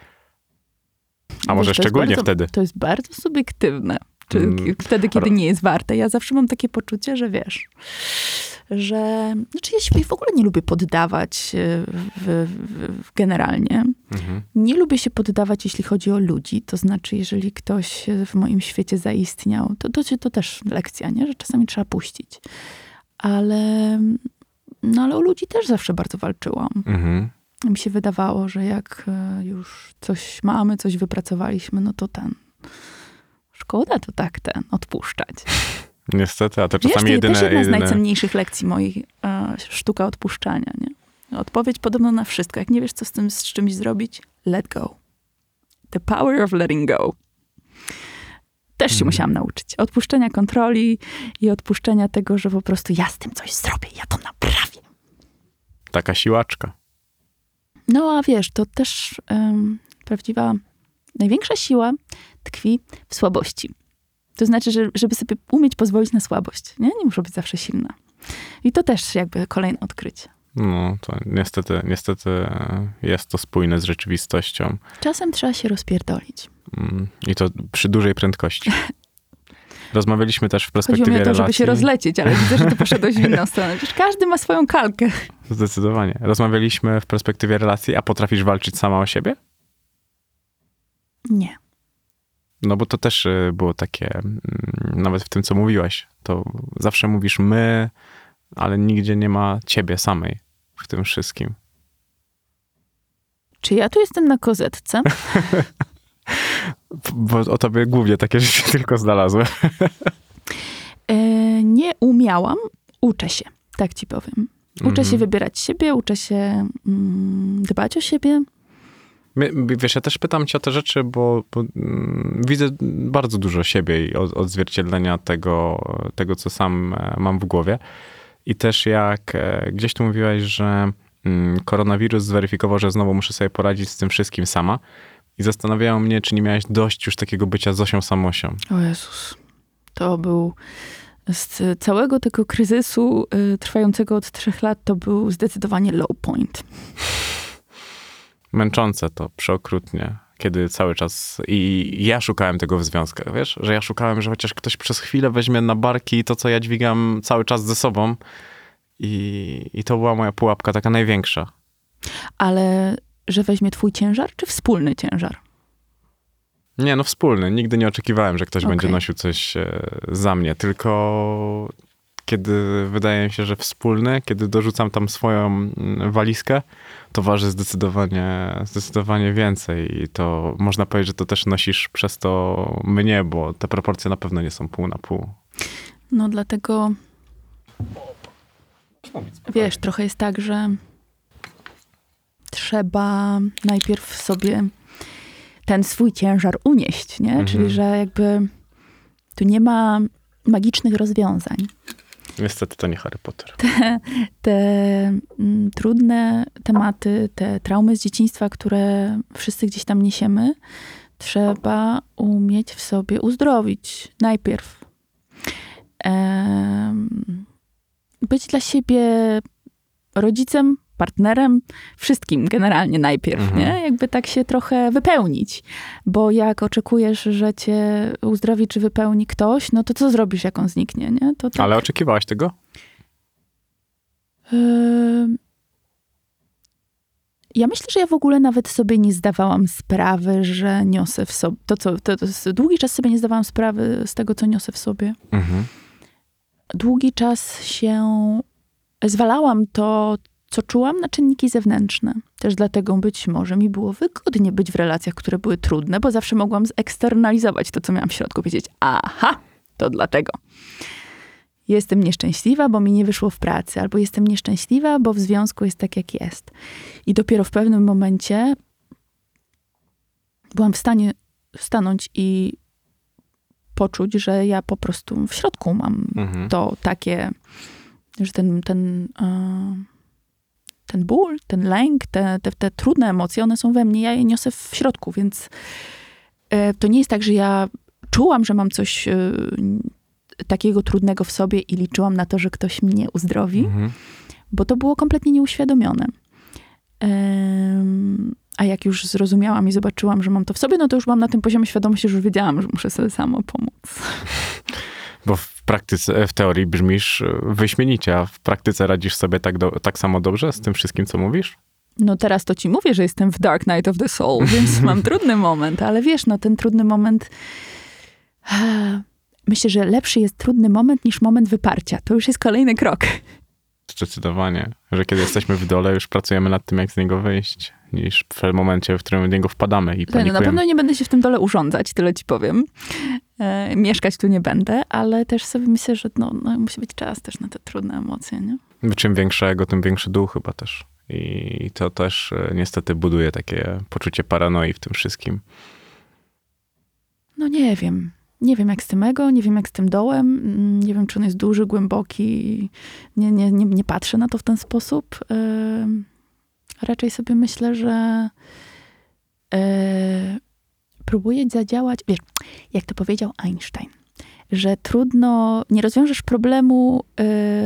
S4: A może
S3: Wiesz, to jest
S4: szczególnie
S3: bardzo,
S4: wtedy?
S3: To jest bardzo subiektywne. Czy
S4: Mm.
S3: wtedy, kiedy
S4: Ro-
S3: nie jest warte. Ja zawsze mam takie poczucie, że wiesz, że... Znaczy ja się w ogóle nie lubię poddawać e, w, w, w, generalnie.
S4: Mhm.
S3: Nie lubię się poddawać, jeśli chodzi o ludzi. To znaczy, jeżeli ktoś w moim świecie zaistniał, to, to, to też lekcja, nie? Że czasami trzeba puścić. Ale, no, ale o ludzi też zawsze bardzo walczyłam.
S4: Mhm.
S3: Mi się wydawało, że jak e, już coś mamy, coś wypracowaliśmy, no to ten... Szkoda to tak ten, odpuszczać.
S4: Niestety, a to
S3: Wiesz,
S4: czasami
S3: to
S4: jedyne...
S3: też jedna z
S4: jedyne...
S3: najcenniejszych lekcji moich, e, sztuka odpuszczania, nie? Odpowiedź podobno na wszystko. Jak nie wiesz, co z tym, z czymś zrobić, let go. The power of letting go. Też się
S4: Mhm.
S3: musiałam nauczyć. Odpuszczenia kontroli i odpuszczenia tego, że po prostu ja z tym coś zrobię, ja to naprawię.
S4: Taka siłaczka.
S3: No a wiesz, to też em, prawdziwa, największa siła tkwi w słabości. To znaczy, że, żeby sobie umieć pozwolić na słabość. Nie? Nie muszę być zawsze silna. I to też jakby kolejne odkrycie.
S4: No, to niestety, niestety jest to spójne z rzeczywistością.
S3: Czasem trzeba się rozpierdolić.
S4: Mm, I to przy dużej prędkości. Rozmawialiśmy też w
S3: Chodziło
S4: perspektywie
S3: mi o to,
S4: relacji.
S3: żeby się rozlecieć, ale widzę, że to poszedłeś w inną stronę. Przecież każdy ma swoją kalkę.
S4: Zdecydowanie. Rozmawialiśmy w perspektywie relacji, a potrafisz walczyć sama o siebie?
S3: Nie.
S4: No bo to też y, było takie, mm, nawet w tym, co mówiłaś, to zawsze mówisz my, ale nigdzie nie ma ciebie samej w tym wszystkim.
S3: Czy ja tu jestem na kozetce?
S4: Bo o tobie głównie takie rzeczy tylko znalazłem.
S3: E, nie umiałam. Uczę się, tak ci powiem. Uczę
S4: Mhm.
S3: się wybierać siebie, uczę się mm, dbać o siebie.
S4: My- Wiesz, ja też pytam cię o te rzeczy, bo, bo mm, widzę bardzo dużo siebie i od, odzwierciedlenia tego, tego, co sam e, mam w głowie. I też jak e, gdzieś tu mówiłaś, że mm, koronawirus zweryfikował, że znowu muszę sobie poradzić z tym wszystkim sama. I zastanawiało mnie, czy nie miałaś dość już takiego bycia Zosią Samosią.
S3: O Jezus. To był z całego tego kryzysu y, trwającego od trzech lat, to był zdecydowanie low point.
S4: Męczące to, przeokrutnie, kiedy cały czas... I ja szukałem tego w związkach, wiesz? Że ja szukałem, że chociaż ktoś przez chwilę weźmie na barki to, co ja dźwigam cały czas ze sobą. I, i to była moja pułapka taka największa.
S3: Ale że weźmie twój ciężar, czy wspólny ciężar?
S4: Nie, no wspólny. Nigdy nie oczekiwałem, że ktoś
S3: Okej.
S4: będzie nosił coś e, za mnie, tylko kiedy wydaje mi się, że wspólny, kiedy dorzucam tam swoją mm, walizkę, to waży zdecydowanie, zdecydowanie więcej i to można powiedzieć, że to też nosisz przez to mnie, bo te proporcje na pewno nie są pół na pół.
S3: No dlatego, wiesz, trochę jest tak, że trzeba najpierw sobie ten swój ciężar unieść, nie?
S4: Mhm.
S3: Czyli, że jakby tu nie ma magicznych rozwiązań.
S4: Niestety to nie Harry Potter.
S3: Te mm, trudne tematy, te traumy z dzieciństwa, które wszyscy gdzieś tam niesiemy, trzeba umieć w sobie uzdrowić najpierw. Em, być dla siebie rodzicem, partnerem, wszystkim generalnie najpierw,
S4: Mhm.
S3: nie? Jakby tak się trochę wypełnić. Bo jak oczekujesz, że cię uzdrowi czy wypełni ktoś, no to co zrobisz, jak on zniknie, nie? To tak,
S4: Ale oczekiwałaś tego?
S3: Ym, Ja myślę, że ja w ogóle nawet sobie nie zdawałam sprawy, że niosę w sobie, to co, to, to jest, długi czas sobie nie zdawałam sprawy z tego, co niosę w sobie.
S4: Mhm.
S3: Długi czas się zwalałam to, co czułam na czynniki zewnętrzne. Też dlatego być może mi było wygodnie być w relacjach, które były trudne, bo zawsze mogłam zeksternalizować to, co miałam w środku. Powiedzieć, aha, to dlatego. Jestem nieszczęśliwa, bo mi nie wyszło w pracy. Albo jestem nieszczęśliwa, bo w związku jest tak, jak jest. I dopiero w pewnym momencie byłam w stanie stanąć i poczuć, że ja po prostu w środku mam
S4: Mhm.
S3: to takie, że ten, ten, e, ten ból, ten lęk, te, te, te trudne emocje, one są we mnie, ja je niosę w środku, więc e, to nie jest tak, że ja czułam, że mam coś e, takiego trudnego w sobie i liczyłam na to, że ktoś mnie uzdrowi,
S4: Mhm.
S3: bo to było kompletnie nieuświadomione. Em, a jak już zrozumiałam i zobaczyłam, że mam to w sobie, no to już byłam na tym poziomie świadomości, że już wiedziałam, że muszę sobie samo pomóc.
S4: Bo w praktyce, w teorii brzmisz wyśmienicie, a w praktyce radzisz sobie tak, do, tak samo dobrze z tym wszystkim, co mówisz?
S3: No teraz to ci mówię, że jestem w Dark Night of the Soul, więc mam trudny moment, ale wiesz, no ten trudny moment... Myślę, że lepszy jest trudny moment niż moment wyparcia. To już jest kolejny krok.
S4: Zdecydowanie. Że kiedy jesteśmy w dole, już pracujemy nad tym, jak z niego wyjść, niż w momencie, w którym w niego wpadamy i
S3: No,
S4: panikujemy.
S3: na pewno nie będę się w tym dole urządzać, tyle ci powiem. E, mieszkać tu nie będę, ale też sobie myślę, że no, no, musi być czas też na te trudne emocje, nie?
S4: Czym większy ego, tym większy dół chyba też. I to też e, niestety buduje takie poczucie paranoi w tym wszystkim.
S3: No nie wiem. Nie wiem jak z tym ego, nie wiem jak z tym dołem, mm, nie wiem czy on jest duży, głęboki. Nie, nie, nie, nie patrzę na to w ten sposób. E, raczej sobie myślę, że e, próbuję zadziałać, wiesz, jak to powiedział Einstein, że trudno, nie rozwiążesz problemu, e,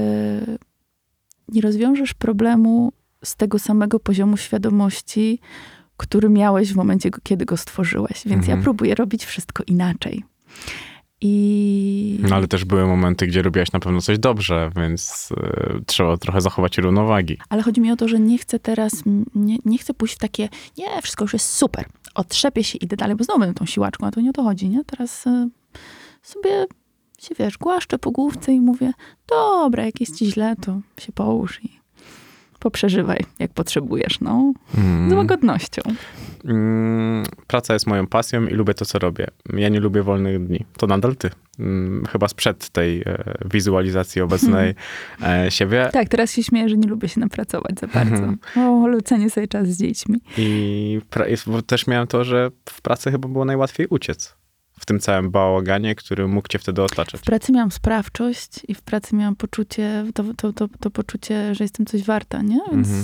S3: nie rozwiążesz problemu z tego samego poziomu świadomości, który miałeś w momencie, kiedy go stworzyłeś. Więc
S4: Mhm.
S3: ja próbuję robić wszystko inaczej. I...
S4: No ale też były momenty, gdzie robiłaś na pewno coś dobrze, więc e, trzeba trochę zachować równowagi.
S3: Ale chodzi mi o to, że nie chcę teraz, nie, nie chcę pójść w takie, nie, wszystko już jest super, otrzepię się, idę dalej, bo znowu będę tą siłaczką, a to nie o to chodzi, nie? Teraz y, sobie się, wiesz, głaszczę po główce i mówię, dobra, jak jest ci źle, to się połóż i poprzeżywaj, jak potrzebujesz, no.
S4: Mm.
S3: Z łagodnością.
S4: Mm, praca jest moją pasją i lubię to, co robię. Ja nie lubię wolnych dni. To nadal ty. Mm, chyba sprzed tej e, wizualizacji obecnej e, siebie.
S3: Tak, teraz się śmieję, że nie lubię się napracować za bardzo. O, ale cenię sobie czas z dziećmi.
S4: I pra- bo też miałem to, że w pracy chyba było najłatwiej uciec. W tym całym bałaganie, który mógł cię wtedy otaczać.
S3: W pracy miałam sprawczość i w pracy miałam poczucie, to, to, to, to poczucie, że jestem coś warta, nie? Więc...
S4: Mhm.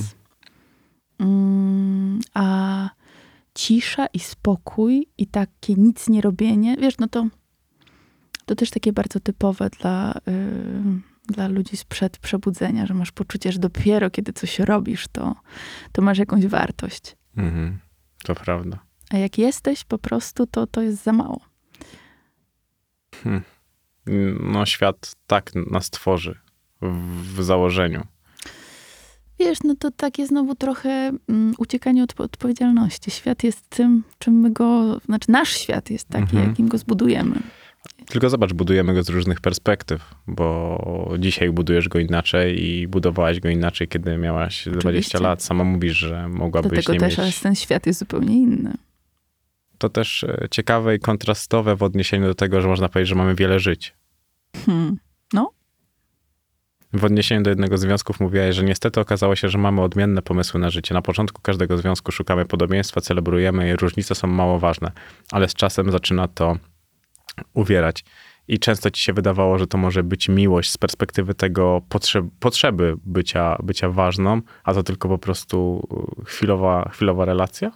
S3: Mm, a cisza i spokój i takie nic nie robienie, wiesz, no to to też takie bardzo typowe dla, yy, dla ludzi sprzed przebudzenia, że masz poczucie, że dopiero kiedy coś robisz, to, to masz jakąś wartość.
S4: Mhm. To prawda.
S3: A jak jesteś po prostu, to to jest za mało.
S4: Hmm. No świat tak nas tworzy w, w założeniu.
S3: Wiesz, no to takie znowu trochę mm, uciekanie od odpowiedzialności. Świat jest tym, czym my go, znaczy nasz świat jest taki,
S4: Mhm.
S3: jakim go zbudujemy.
S4: Tylko zobacz, budujemy go z różnych perspektyw, bo dzisiaj budujesz go inaczej i budowałaś go inaczej, kiedy miałaś dwadzieścia lat. Sama mówisz, że mogłabyś
S3: Dlatego
S4: nie
S3: też,
S4: mieć...
S3: ale ten świat jest zupełnie inny.
S4: To też e, ciekawe i kontrastowe w odniesieniu do tego, że można powiedzieć, że mamy wiele żyć.
S3: Hmm. No,
S4: W odniesieniu do jednego z związków mówiłaś, że niestety okazało się, że mamy odmienne pomysły na życie. Na początku każdego związku szukamy podobieństwa, celebrujemy je, różnice są mało ważne, ale z czasem zaczyna to uwierać. I często ci się wydawało, że to może być miłość z perspektywy tego potrzeb, potrzeby bycia, bycia ważną, a to tylko po prostu chwilowa, chwilowa relacja?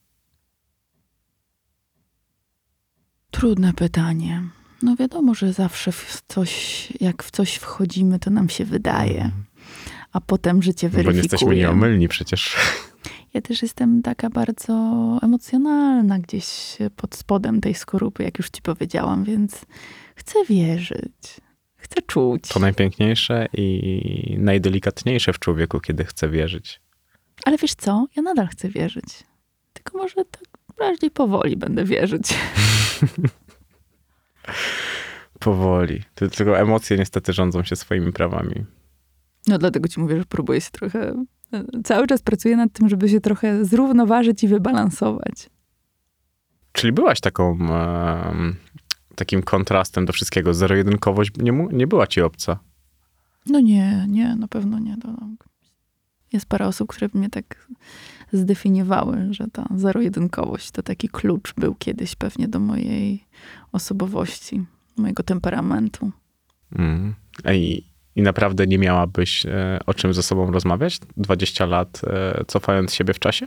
S3: trudne pytanie. No wiadomo, że zawsze w coś, jak w coś wchodzimy, to nam się wydaje. A potem życie
S4: Bo nie jesteśmy
S3: weryfikuje.
S4: nieomylni przecież.
S3: Ja też jestem taka bardzo emocjonalna gdzieś pod spodem tej skorupy, jak już ci powiedziałam, więc chcę wierzyć. Chcę czuć.
S4: To najpiękniejsze i najdelikatniejsze w człowieku, kiedy chce wierzyć.
S3: Ale wiesz co? Ja nadal chcę wierzyć. Tylko może tak bardziej powoli będę wierzyć.
S4: Powoli. Ty- Tylko emocje niestety rządzą się swoimi prawami.
S3: No dlatego ci mówię, że próbuję się trochę cały czas pracuję nad tym, żeby się trochę zrównoważyć i wybalansować.
S4: Czyli byłaś taką, e, takim kontrastem do wszystkiego. Zero-jedynkowość nie, mu- nie była ci obca.
S3: No nie, nie, na pewno nie. To jest parę osób, które mnie tak zdefiniowały, że ta zero-jedynkowość to taki klucz był kiedyś pewnie do mojej osobowości, mojego temperamentu.
S4: Mm. I, I naprawdę nie miałabyś e, o czym ze sobą rozmawiać dwadzieścia lat, e, cofając siebie w czasie?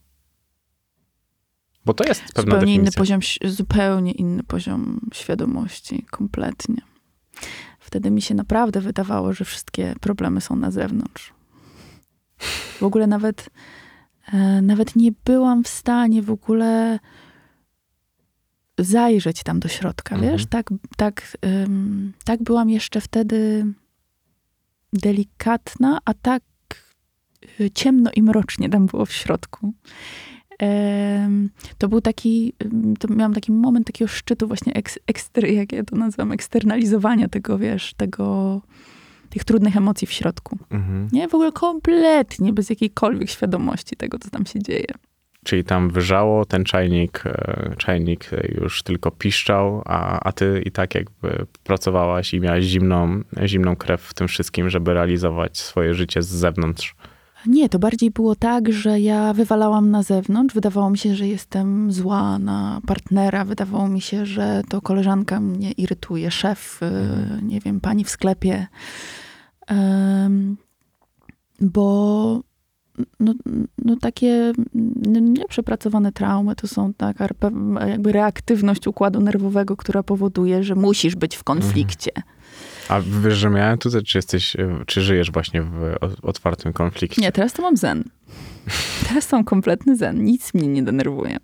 S4: Bo to jest pewna
S3: Zupełnie inny
S4: definicja.
S3: poziom, zupełnie inny poziom świadomości, kompletnie. Wtedy mi się naprawdę wydawało, że wszystkie problemy są na zewnątrz. W ogóle nawet, e, nawet nie byłam w stanie w ogóle zajrzeć tam do środka,
S4: Mhm.
S3: wiesz? Tak, tak, ym, tak byłam jeszcze wtedy delikatna, a tak y, ciemno i mrocznie tam było w środku. Em, to był taki, ym, to miałam taki moment takiego szczytu właśnie, eks, ekster, jak ja to nazywam, eksternalizowania tego, wiesz, tego, tych trudnych emocji w środku.
S4: Mhm.
S3: Nie, w ogóle kompletnie, bez jakiejkolwiek świadomości tego, co tam się dzieje.
S4: Czyli tam wyrzało, ten czajnik, e, czajnik już tylko piszczał, a, a ty i tak jakby pracowałaś i miałaś zimną, zimną krew w tym wszystkim, żeby realizować swoje życie z zewnątrz.
S3: Nie, to bardziej było tak, że ja wywalałam na zewnątrz. Wydawało mi się, że jestem zła na partnera. Wydawało mi się, że to koleżanka mnie irytuje, szef, y, nie wiem, pani w sklepie. Em, bo no, no takie no, nieprzepracowane traumy to są taka jakby reaktywność układu nerwowego, która powoduje, że musisz być w konflikcie.
S4: A wiesz, że miałem tutaj, czy jesteś, czy żyjesz właśnie w o- otwartym konflikcie?
S3: Nie, teraz to mam zen. Teraz mam kompletny zen. Nic mnie nie denerwuje.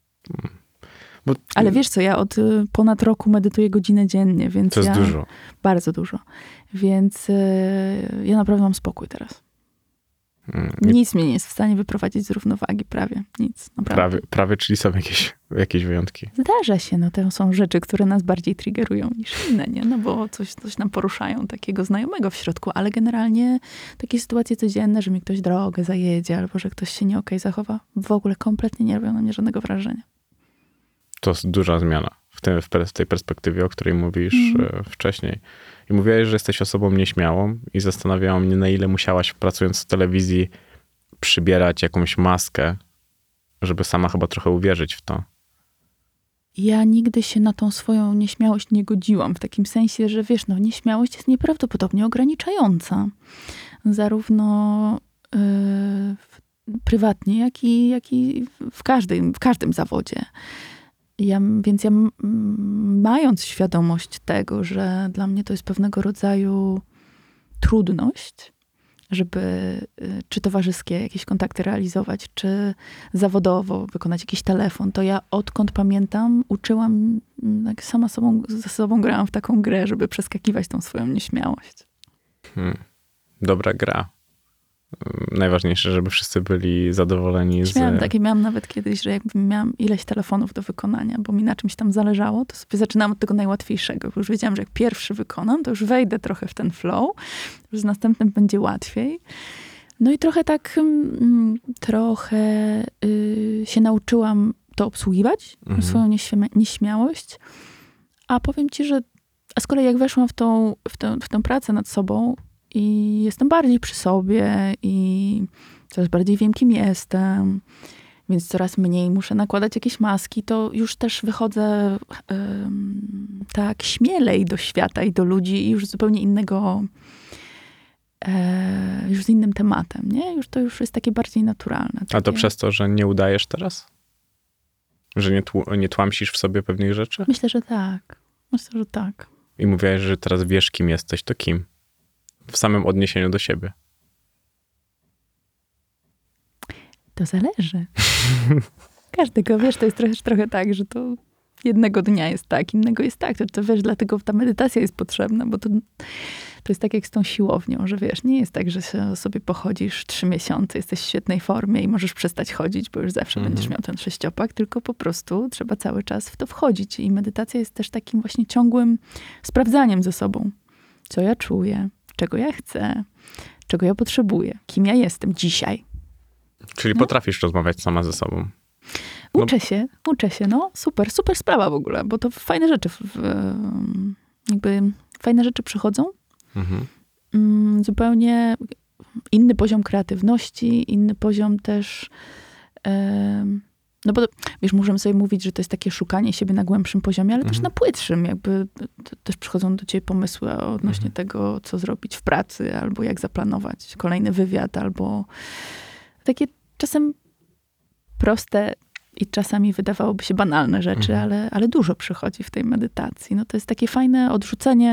S4: Bo
S3: Ale wiesz co, ja od y, ponad roku medytuję godzinę dziennie, więc
S4: to jest
S3: ja...
S4: dużo.
S3: Bardzo dużo. Więc y, ja naprawdę mam spokój teraz.
S4: Mm, i
S3: Nic mnie nie jest w stanie wyprowadzić z równowagi, prawie. Nic, naprawdę.
S4: prawie, prawie, czyli są jakieś, jakieś wyjątki.
S3: Zdarza się, no to są rzeczy, które nas bardziej triggerują niż inne, nie? No bo coś, coś nam poruszają takiego znajomego w środku, ale generalnie takie sytuacje codzienne, że mi ktoś drogę zajedzie, albo że ktoś się nie okej zachowa, w ogóle kompletnie nie robią na mnie żadnego wrażenia.
S4: To jest duża zmiana w, tym, w per- w tej perspektywie, o której mówisz
S3: Mhm.
S4: e, wcześniej. I mówiłaś, że jesteś osobą nieśmiałą i zastanawiało mnie, na ile musiałaś, pracując w telewizji, przybierać jakąś maskę, żeby sama chyba trochę uwierzyć w to.
S3: Ja nigdy się na tą swoją nieśmiałość nie godziłam, w takim sensie, że wiesz, no nieśmiałość jest nieprawdopodobnie ograniczająca. Zarówno yy, w, prywatnie, jak i, jak i w każdym, w każdym zawodzie. Ja, więc ja m- mając świadomość tego, że dla mnie to jest pewnego rodzaju trudność, żeby y, czy towarzyskie jakieś kontakty realizować, czy zawodowo wykonać jakiś telefon, to ja odkąd pamiętam uczyłam, mm, tak sama sobą, ze sobą grałam w taką grę, żeby przeskakiwać tą swoją nieśmiałość.
S4: Hmm. Dobra gra. Najważniejsze, żeby wszyscy byli zadowoleni z...
S3: Miałam takie, miałam nawet kiedyś, że jakby miałam ileś telefonów do wykonania, bo mi na czymś tam zależało, to sobie zaczynałam od tego najłatwiejszego, bo już wiedziałam, że jak pierwszy wykonam, to już wejdę trochę w ten flow, że z następnym będzie łatwiej. No i trochę tak, mm, trochę y, się nauczyłam to obsługiwać,
S4: Mhm.
S3: swoją nieśmia- nieśmiałość, a powiem ci, że a z kolei jak weszłam w tą, w tę, w tę pracę nad sobą, i jestem bardziej przy sobie i coraz bardziej wiem, kim jestem, więc coraz mniej muszę nakładać jakieś maski, to już też wychodzę um, tak śmielej do świata i do ludzi i już z zupełnie innego, e, już z innym tematem, nie? Już to już jest takie bardziej naturalne. Takie...
S4: A to przez to, że nie udajesz teraz? Że nie, tłu- nie tłamsisz w sobie pewnych rzeczy?
S3: Myślę, że tak. Myślę, że tak.
S4: I mówiłaś, że teraz wiesz, kim jesteś, to kim? W samym odniesieniu do siebie.
S3: To zależy. Każdego, wiesz, to jest trochę, trochę tak, że to jednego dnia jest tak, innego jest tak. To, to wiesz, dlatego ta medytacja jest potrzebna, bo to, to jest tak jak z tą siłownią, że wiesz, nie jest tak, że się sobie pochodzisz trzy miesiące, jesteś w świetnej formie i możesz przestać chodzić, bo już zawsze
S4: Mhm.
S3: będziesz miał ten sześciopak, tylko po prostu trzeba cały czas w to wchodzić. I medytacja jest też takim właśnie ciągłym sprawdzaniem ze sobą. Co ja czuję, czego ja chcę, czego ja potrzebuję, kim ja jestem dzisiaj.
S4: Czyli
S3: No.
S4: potrafisz rozmawiać sama ze sobą. No-
S3: Uczę się, uczę się, no super, super sprawa w ogóle, bo to fajne rzeczy, w, w, jakby fajne rzeczy przychodzą.
S4: Mhm.
S3: Mm, zupełnie inny poziom kreatywności, inny poziom też, em, no bo wiesz, możemy sobie mówić, że to jest takie szukanie siebie na głębszym poziomie, ale też
S4: Mhm.
S3: na płytszym, jakby to, też przychodzą do ciebie pomysły odnośnie
S4: Mhm.
S3: tego, co zrobić w pracy, albo jak zaplanować kolejny wywiad, albo takie czasem proste i czasami wydawałoby się banalne rzeczy,
S4: Mhm.
S3: ale, ale dużo przychodzi w tej medytacji. No to jest takie fajne odrzucenie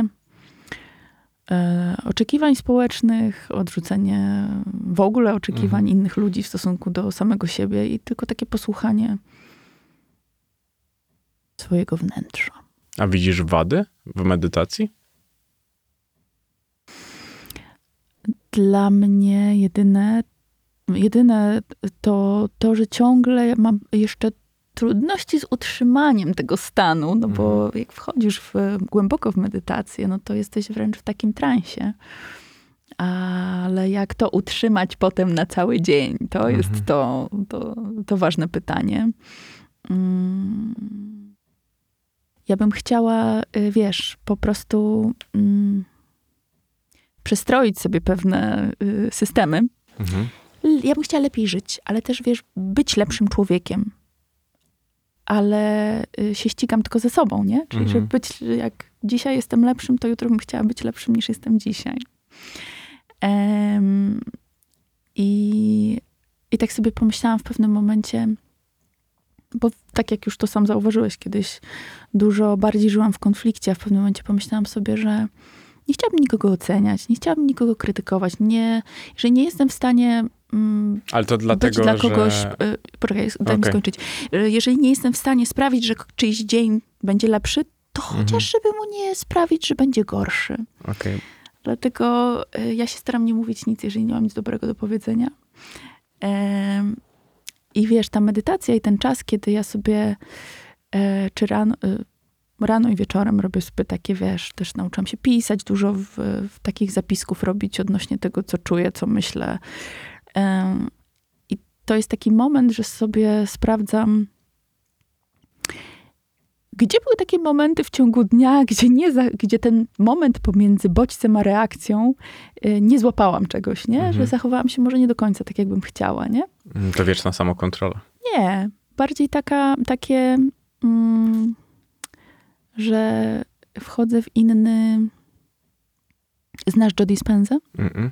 S3: e, oczekiwań społecznych, odrzucenie w ogóle oczekiwań
S4: Mhm.
S3: innych ludzi w stosunku do samego siebie i tylko takie posłuchanie swojego wnętrza.
S4: A widzisz wady w medytacji?
S3: Dla mnie jedyne, jedyne to to, że ciągle mam jeszcze trudności z utrzymaniem tego stanu, no bo jak wchodzisz w, głęboko w medytację, no to jesteś wręcz w takim transie. Ale jak to utrzymać potem na cały dzień? To
S4: Mhm.
S3: jest to, to, to ważne pytanie. Mm. Ja bym chciała, y, wiesz, po prostu mm, przestroić sobie pewne y, systemy.
S4: Mhm.
S3: L- Ja bym chciała lepiej żyć, ale też, wiesz, być lepszym człowiekiem. Ale y, się ścigam tylko ze sobą, nie? Czyli,
S4: Mhm.
S3: żeby być, jak dzisiaj jestem lepszym, to jutro bym chciała być lepszym niż jestem dzisiaj. Em, i, I tak sobie pomyślałam w pewnym momencie, bo tak jak już to sam zauważyłeś, kiedyś dużo bardziej żyłam w konflikcie, a w pewnym momencie pomyślałam sobie, że nie chciałabym nikogo oceniać, nie chciałabym nikogo krytykować. Nie, że nie jestem w stanie mm,
S4: Ale to dlatego,
S3: być dla kogoś...
S4: że...
S3: y, Poczekaj, daj mi
S4: Okej.
S3: skończyć. Y, Jeżeli nie jestem w stanie sprawić, że k- czyjś dzień będzie lepszy, to
S4: Mhm.
S3: chociaż żeby mu nie sprawić, że będzie gorszy.
S4: Okej.
S3: Dlatego y, ja się staram nie mówić nic, jeżeli nie mam nic dobrego do powiedzenia. Em, I wiesz, ta medytacja i ten czas, kiedy ja sobie e, czy rano, y, rano i wieczorem robię sobie takie, wiesz, też nauczyłam się pisać, dużo w, w takich zapisków robić odnośnie tego, co czuję, co myślę. Em, I to jest taki moment, że sobie sprawdzam, gdzie były takie momenty w ciągu dnia, gdzie, nie za, gdzie ten moment pomiędzy bodźcem a reakcją y, nie złapałam czegoś, nie?
S4: Mhm.
S3: Że zachowałam się może nie do końca tak, jakbym chciała, nie?
S4: Mm, To wieczna samokontrola.
S3: Nie. Bardziej taka, takie, mm, że wchodzę w inny... Znasz Joe Dispenzę?
S4: Mm-mm.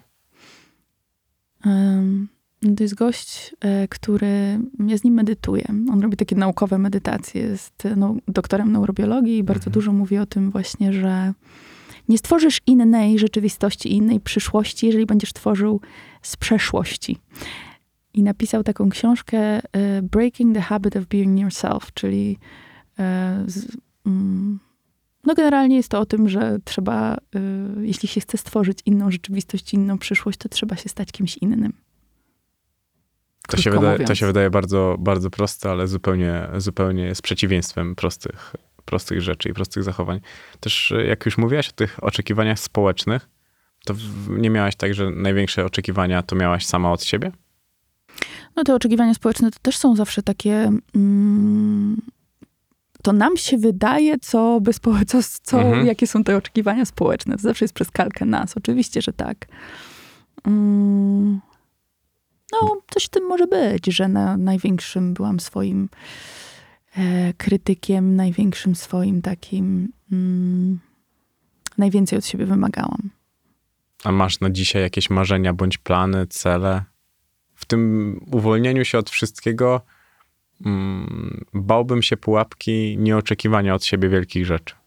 S3: Um, to jest gość, e, który, ja z nim medytuję. On robi takie naukowe medytacje. Jest no, doktorem neurobiologii i bardzo
S4: Mhm.
S3: dużo mówi o tym właśnie, że nie stworzysz innej rzeczywistości, innej przyszłości, jeżeli będziesz tworzył z przeszłości. I napisał taką książkę e, Breaking the Habit of Being Yourself, czyli e, z, mm, no generalnie jest to o tym, że trzeba, e, jeśli się chce stworzyć inną rzeczywistość, inną przyszłość, to trzeba się stać kimś innym.
S4: To się,
S3: Krótko
S4: wydaje, to
S3: mówiąc.
S4: się wydaje bardzo, bardzo proste, ale zupełnie, zupełnie jest przeciwieństwem prostych, prostych rzeczy i prostych zachowań. Też y, jak już mówiłaś o tych oczekiwaniach społecznych, to w- nie miałaś tak, że największe oczekiwania to miałaś sama od siebie?
S3: No te oczekiwania społeczne to też są zawsze takie... Mm, to nam się wydaje, co, by spo, co, co
S4: Mhm.
S3: jakie są te oczekiwania społeczne. To zawsze jest przez kalkę nas. Oczywiście, że tak. Mm, no, coś w tym może być, że na największym byłam swoim e, krytykiem, największym swoim takim... Mm, najwięcej od siebie wymagałam.
S4: A masz na dzisiaj jakieś marzenia bądź plany, cele? W tym uwolnieniu się od wszystkiego mm, bałbym się pułapki nieoczekiwania od siebie wielkich rzeczy.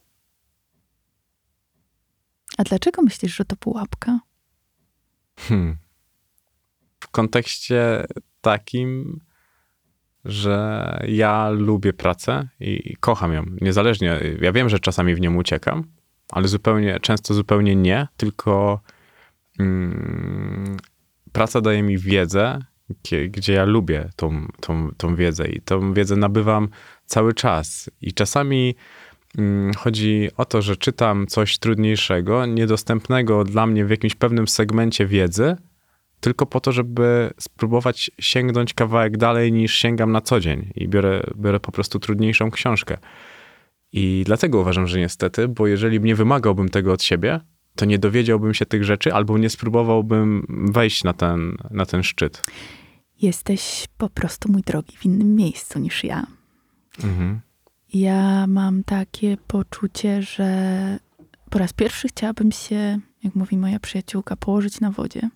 S3: A dlaczego myślisz, że to pułapka?
S4: Hmm. W kontekście takim, że ja lubię pracę i, i kocham ją. Niezależnie, ja wiem, że czasami w nią uciekam, ale zupełnie, często zupełnie nie, tylko mm, praca daje mi wiedzę, gdzie, gdzie ja lubię tą, tą, tą wiedzę i tą wiedzę nabywam cały czas. I czasami mm, chodzi o to, że czytam coś trudniejszego, niedostępnego dla mnie w jakimś pewnym segmencie wiedzy, tylko po to, żeby spróbować sięgnąć kawałek dalej niż sięgam na co dzień i biorę, biorę po prostu trudniejszą książkę. I dlatego uważam, że niestety, bo jeżeli nie wymagałbym tego od siebie, to nie dowiedziałbym się tych rzeczy albo nie spróbowałbym wejść na ten, na ten szczyt.
S3: Jesteś po prostu, mój drogi, w innym miejscu niż ja.
S4: Mhm.
S3: Ja mam takie poczucie, że po raz pierwszy chciałabym się, jak mówi moja przyjaciółka, położyć na wodzie.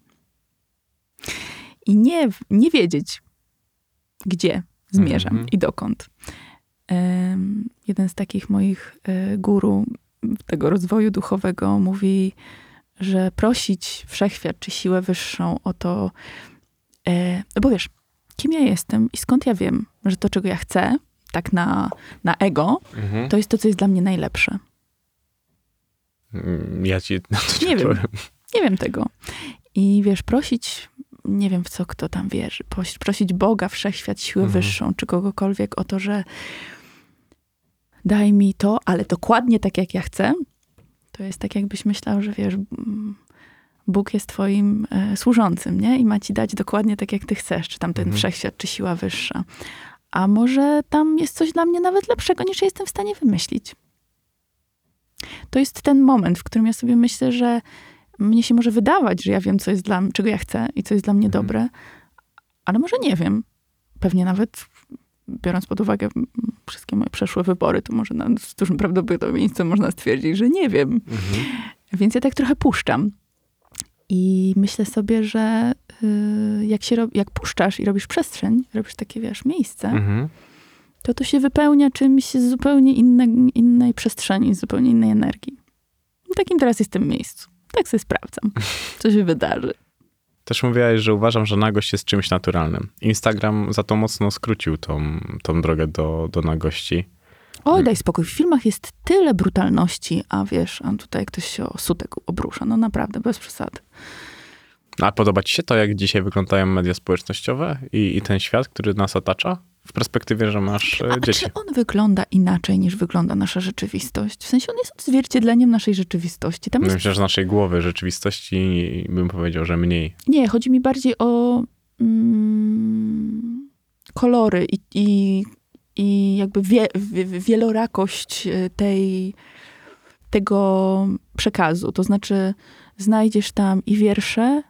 S3: I nie, nie wiedzieć, gdzie zmierzam
S4: Mhm.
S3: i dokąd. Um, jeden z takich moich y, guru tego rozwoju duchowego mówi, że prosić wszechświat czy siłę wyższą o to, e, bo wiesz, kim ja jestem i skąd ja wiem, że to, czego ja chcę, tak na, na ego,
S4: Mhm.
S3: to jest to, co jest dla mnie najlepsze.
S4: Ja ci na to
S3: Nie wiem.
S4: powiem.
S3: Nie wiem tego. I wiesz, prosić, nie wiem w co kto tam wierzy, pos- prosić Boga, wszechświat, siłę
S4: Mhm.
S3: wyższą, czy kogokolwiek o to, że daj mi to, ale dokładnie tak, jak ja chcę, to jest tak, jakbyś myślał, że wiesz, mm, Bóg jest twoim e, służącym, nie? I ma ci dać dokładnie tak, jak ty chcesz, czy tam ten
S4: Mhm.
S3: wszechświat, czy siła wyższa. A może tam jest coś dla mnie nawet lepszego, niż ja jestem w stanie wymyślić. To jest ten moment, w którym ja sobie myślę, że mnie się może wydawać, że ja wiem, co jest dla czego ja chcę i co jest dla mnie
S4: Mhm.
S3: dobre, ale może nie wiem. Pewnie nawet biorąc pod uwagę mm, wszystkie moje przeszłe wybory, to może na, z dużym prawdopodobieństwem można stwierdzić, że nie wiem.
S4: Mhm.
S3: Więc ja tak trochę puszczam. I myślę sobie, że y, jak, się rob, jak puszczasz i robisz przestrzeń, robisz takie, wiesz, miejsce,
S4: Mhm.
S3: to to się wypełnia czymś z zupełnie inne, innej przestrzeni, z zupełnie innej energii. I takim teraz jest w tym miejscu. Tak sobie sprawdzam, co się wydarzy.
S4: Też mówiłaś, że uważam, że nagość jest czymś naturalnym. Instagram za to mocno skrócił tą, tą drogę do, do nagości.
S3: Oj, daj spokój. W filmach jest tyle brutalności, a wiesz, a tutaj ktoś się o sutek obrusza. No naprawdę, bez przesady.
S4: A podoba ci się to, jak dzisiaj wyglądają media społecznościowe i, i ten świat, który nas otacza? W perspektywie, że masz e,
S3: A
S4: dzieci.
S3: czy on wygląda inaczej, niż wygląda nasza rzeczywistość? W sensie on jest odzwierciedleniem naszej rzeczywistości. Tam jest...
S4: Myślę, że naszej głowy rzeczywistości bym powiedział, że mniej.
S3: Nie, chodzi mi bardziej o mm, kolory i, i, i jakby wie, wie, wielorakość tej, tego przekazu. To znaczy znajdziesz tam i wiersze,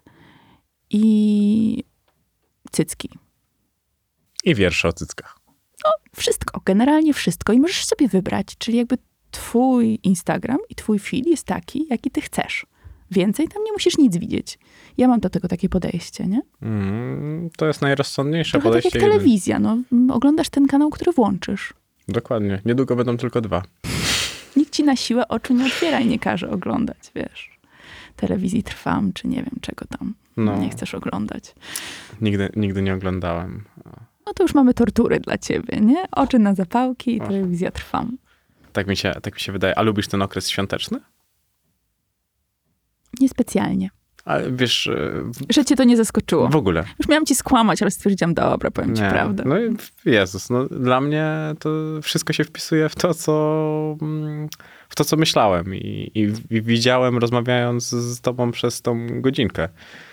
S3: i cycki.
S4: I wiersze o cyckach.
S3: Wszystko, generalnie wszystko. I możesz sobie wybrać, czyli jakby twój Instagram i twój feed jest taki, jaki ty chcesz. Więcej tam nie musisz nic widzieć. Ja mam do tego takie podejście, nie?
S4: Mm, to jest najrozsądniejsze
S3: Trochę tak
S4: podejście.
S3: jak telewizja, no. Oglądasz ten kanał, który włączysz.
S4: Dokładnie. Niedługo będą tylko dwa.
S3: Nikt ci na siłę oczu nie otwiera i nie każe oglądać, wiesz. Telewizji Trwam, czy nie wiem czego tam
S4: No.
S3: nie chcesz oglądać.
S4: Nigdy, nigdy nie oglądałem.
S3: No to już mamy tortury dla ciebie, nie? Oczy na zapałki i
S4: O.
S3: telewizja Trwam.
S4: Tak mi się, tak mi się wydaje. A lubisz ten okres świąteczny?
S3: Niespecjalnie.
S4: Ale wiesz, e,
S3: Że cię to nie zaskoczyło.
S4: w ogóle.
S3: Już miałam ci skłamać, ale stwierdziłam, dobra, powiem ci
S4: Nie.
S3: prawdę.
S4: No i Jezus, no dla mnie to wszystko się wpisuje w to, co, mm, w to, co myślałem i, i, i widziałem, rozmawiając z tobą przez tą godzinkę.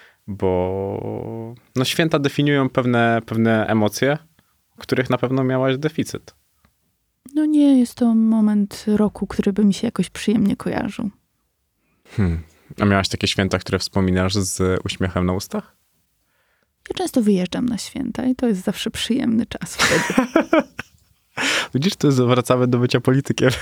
S4: Bo no, święta definiują pewne, pewne emocje, których na pewno miałaś deficyt.
S3: No nie jest to moment roku, który by mi się jakoś przyjemnie kojarzył.
S4: Hmm. A miałaś takie święta, które wspominasz z uśmiechem na ustach?
S3: Ja często wyjeżdżam na święta i to jest zawsze przyjemny czas wtedy.
S4: Widzisz, to wracamy do bycia politykiem.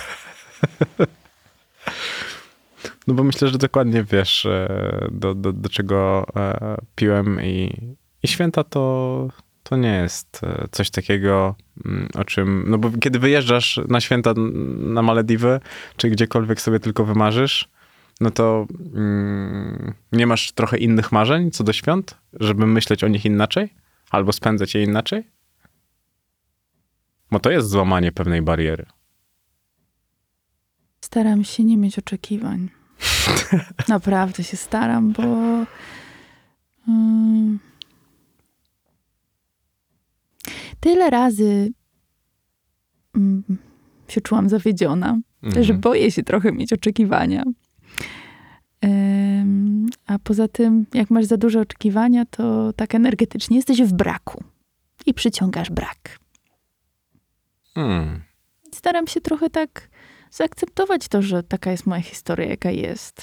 S4: No bo myślę, że dokładnie wiesz, e, do, do, do czego e, piłem i, i święta to, to nie jest e, coś takiego, mm, o czym... No bo kiedy wyjeżdżasz na święta na Malediwy, czy gdziekolwiek sobie tylko wymarzysz, no to mm, nie masz trochę innych marzeń co do świąt, żeby myśleć o nich inaczej? Albo spędzać je inaczej? Bo to jest złamanie pewnej bariery.
S3: Staram się nie mieć oczekiwań. Naprawdę się staram, bo mm, tyle razy mm, się czułam zawiedziona,
S4: Mhm.
S3: że boję się trochę mieć oczekiwania. Ym, A poza tym, jak masz za duże oczekiwania, to tak energetycznie jesteś w braku. I przyciągasz brak.
S4: Hmm.
S3: Staram się trochę tak zaakceptować to, że taka jest moja historia, jaka jest.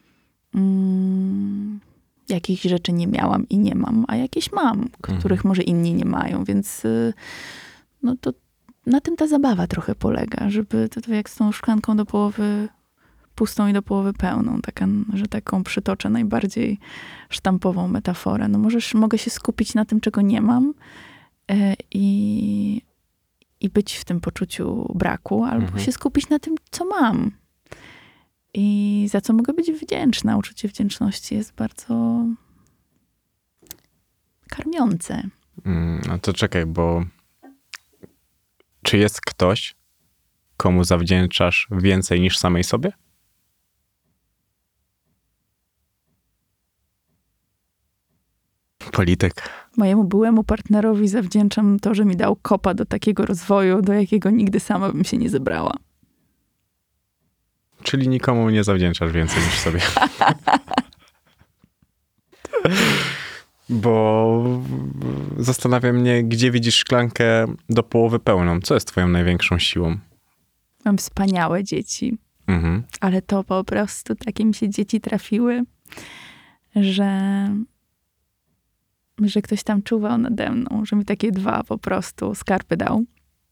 S3: Mm, jakichś rzeczy nie miałam i nie mam, a jakieś mam, których
S4: Mhm.
S3: może inni nie mają, więc y, no to na tym ta zabawa trochę polega, żeby to, to jak z tą szklanką do połowy pustą i do połowy pełną, taka, że taką przytoczę najbardziej sztampową metaforę. No możesz, mogę się skupić na tym, czego nie mam e, i, i być w tym poczuciu braku, albo
S4: Mhm.
S3: się skupić na tym, co mam. I za co mogę być wdzięczna. Uczucie wdzięczności jest bardzo karmiące.
S4: Mm, no to czekaj, bo czy jest ktoś, komu zawdzięczasz więcej niż samej sobie? Polityk.
S3: Mojemu byłemu partnerowi zawdzięczam to, że mi dał kopa do takiego rozwoju, do jakiego nigdy sama bym się nie zebrała.
S4: Czyli nikomu nie zawdzięczasz więcej niż sobie. Bo zastanawia mnie, gdzie widzisz szklankę do połowy pełną. Co jest twoją największą siłą?
S3: Mam wspaniałe dzieci,
S4: Mhm.
S3: ale to po prostu takie mi się dzieci trafiły, że, że ktoś tam czuwał nade mną, że mi takie dwa po prostu skarpy dał.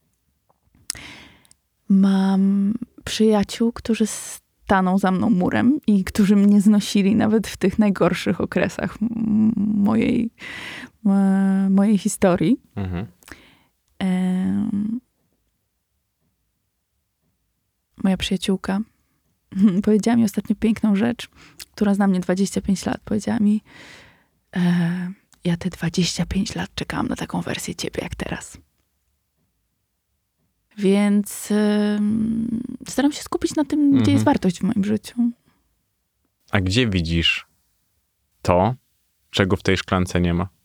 S3: Mam przyjaciół, którzy staną za mną murem i którzy mnie znosili nawet w tych najgorszych okresach m- mojej, e, mojej historii.
S4: Mhm.
S3: Em, moja przyjaciółka powiedziała mi ostatnio piękną rzecz, która zna mnie dwadzieścia pięć lat. Powiedziała mi, e, ja te dwadzieścia pięć lat czekałam na taką wersję ciebie jak teraz. Więc ym, staram się skupić na tym,
S4: Mhm.
S3: gdzie jest wartość w moim życiu.
S4: A gdzie widzisz to, czego w tej szklance nie ma?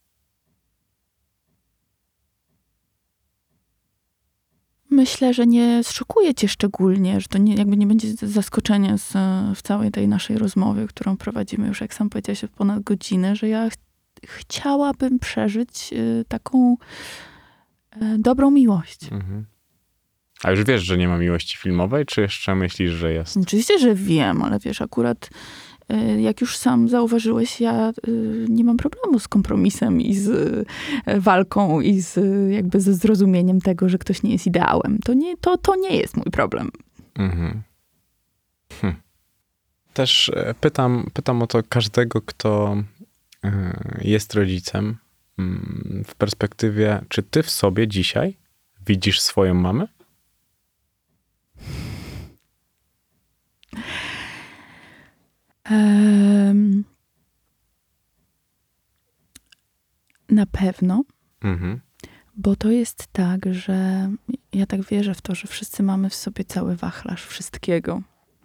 S3: Myślę, że nie zszokuje cię szczególnie, że to nie, jakby nie będzie zaskoczenie z, w całej tej naszej rozmowie, którą prowadzimy już, jak sam powiedziałeś, od ponad godzinę, że ja ch- chciałabym przeżyć y, taką y, dobrą miłość.
S4: Mhm. A już wiesz, że nie ma miłości filmowej, czy jeszcze myślisz, że jest?
S3: Oczywiście, że wiem, ale wiesz, akurat y, jak już sam zauważyłeś, ja y, nie mam problemu z kompromisem i z y, walką i z y, jakby ze zrozumieniem tego, że ktoś nie jest ideałem. To nie, to, to nie jest mój problem.
S4: Mhm. Hm. Też e, pytam, pytam o to każdego, kto e, jest rodzicem, mm, w perspektywie, czy ty w sobie dzisiaj widzisz swoją mamę?
S3: Em, na pewno,
S4: Mhm.
S3: bo to jest tak, że ja tak wierzę w to, że wszyscy mamy w sobie cały wachlarz wszystkiego.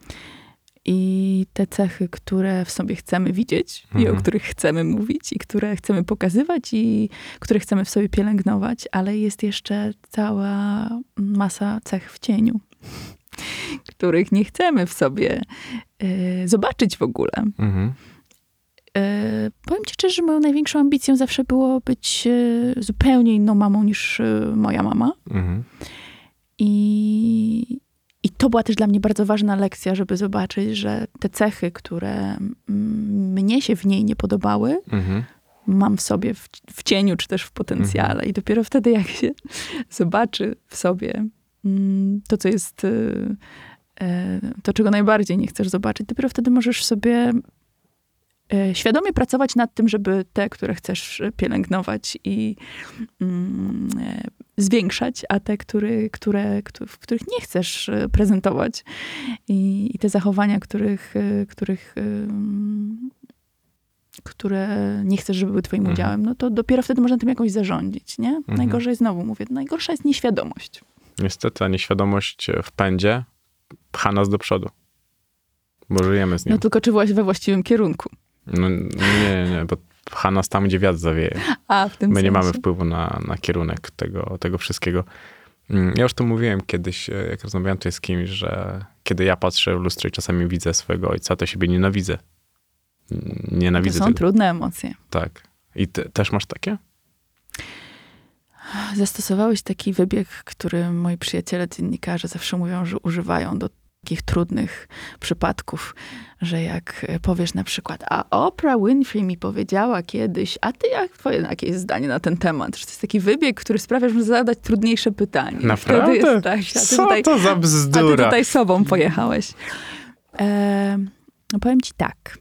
S3: I te cechy, które w sobie chcemy widzieć i o
S4: Mhm.
S3: których chcemy mówić i które chcemy pokazywać i które chcemy w sobie pielęgnować, ale jest jeszcze cała masa cech w cieniu, których nie chcemy w sobie y, zobaczyć w ogóle.
S4: Mhm.
S3: E, powiem ci szczerze, że moją największą ambicją zawsze było być e, zupełnie inną mamą niż e, moja mama.
S4: Mhm.
S3: I, I to była też dla mnie bardzo ważna lekcja, żeby zobaczyć, że te cechy, które mm, mnie się w niej nie podobały,
S4: Mhm.
S3: mam w sobie w, w cieniu, czy też w potencjale.
S4: Mhm.
S3: I dopiero wtedy, jak się zobaczy w sobie mm, to, co jest, e, e, to, czego najbardziej nie chcesz zobaczyć, dopiero wtedy możesz sobie e, świadomie pracować nad tym, żeby te, które chcesz pielęgnować i mm, e, zwiększać, a te, który, które, któ- w których nie chcesz e, prezentować i, i te zachowania, których, e, których em, które nie chcesz, żeby były twoim
S4: Mhm.
S3: udziałem, no to dopiero wtedy można tym jakoś zarządzić, nie?
S4: Mhm.
S3: Najgorzej, znowu mówię, najgorsza jest nieświadomość.
S4: Niestety, a nieświadomość w pędzie pcha nas do przodu. Bo żyjemy z nią.
S3: No tylko czy byłaś we właściwym kierunku?
S4: No, nie, nie, nie, bo pcha nas tam, gdzie wiatr zawieje.
S3: A, w tym
S4: My
S3: sensie.
S4: nie mamy wpływu na, na kierunek tego, tego wszystkiego. Mm, Ja już to mówiłem kiedyś, e, jak rozmawiałem tutaj z kimś, że kiedy ja patrzę w lustro i czasami widzę swojego ojca, to siebie nienawidzę. Nienawidzę
S3: To są
S4: tego.
S3: trudne emocje.
S4: Tak. I ty też masz takie?
S3: Zastosowałeś taki wybieg, który moi przyjaciele dziennikarze zawsze mówią, że używają do takich trudnych przypadków, że jak powiesz na przykład, a Oprah Winfrey mi powiedziała kiedyś, a ty jak twoje jakieś zdanie na ten temat? Że to jest taki wybieg, który sprawia, że możesz zadać trudniejsze pytanie.
S4: Naprawdę?
S3: Wtedy jest tak, a ty
S4: Co
S3: tutaj,
S4: to za
S3: a ty
S4: bzdura?
S3: tutaj sobą pojechałeś. E, no powiem ci tak.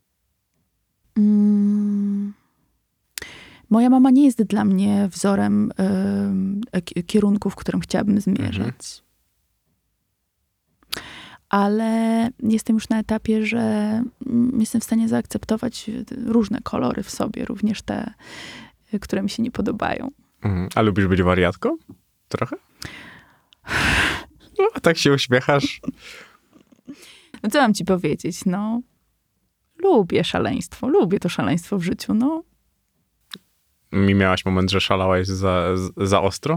S3: Mm. Moja mama nie jest dla mnie wzorem y, k- kierunku, w którym chciałabym zmierzać.
S4: Mhm.
S3: Ale jestem już na etapie, że mm, jestem w stanie zaakceptować różne kolory w sobie, również te, y, które mi się nie podobają.
S4: Mhm. A lubisz być wariatką? Trochę? No, tak się uśmiechasz.
S3: No co mam ci powiedzieć, no. Lubię szaleństwo, lubię to szaleństwo w życiu, no.
S4: Mi miałaś moment, że szalałaś za, za ostro?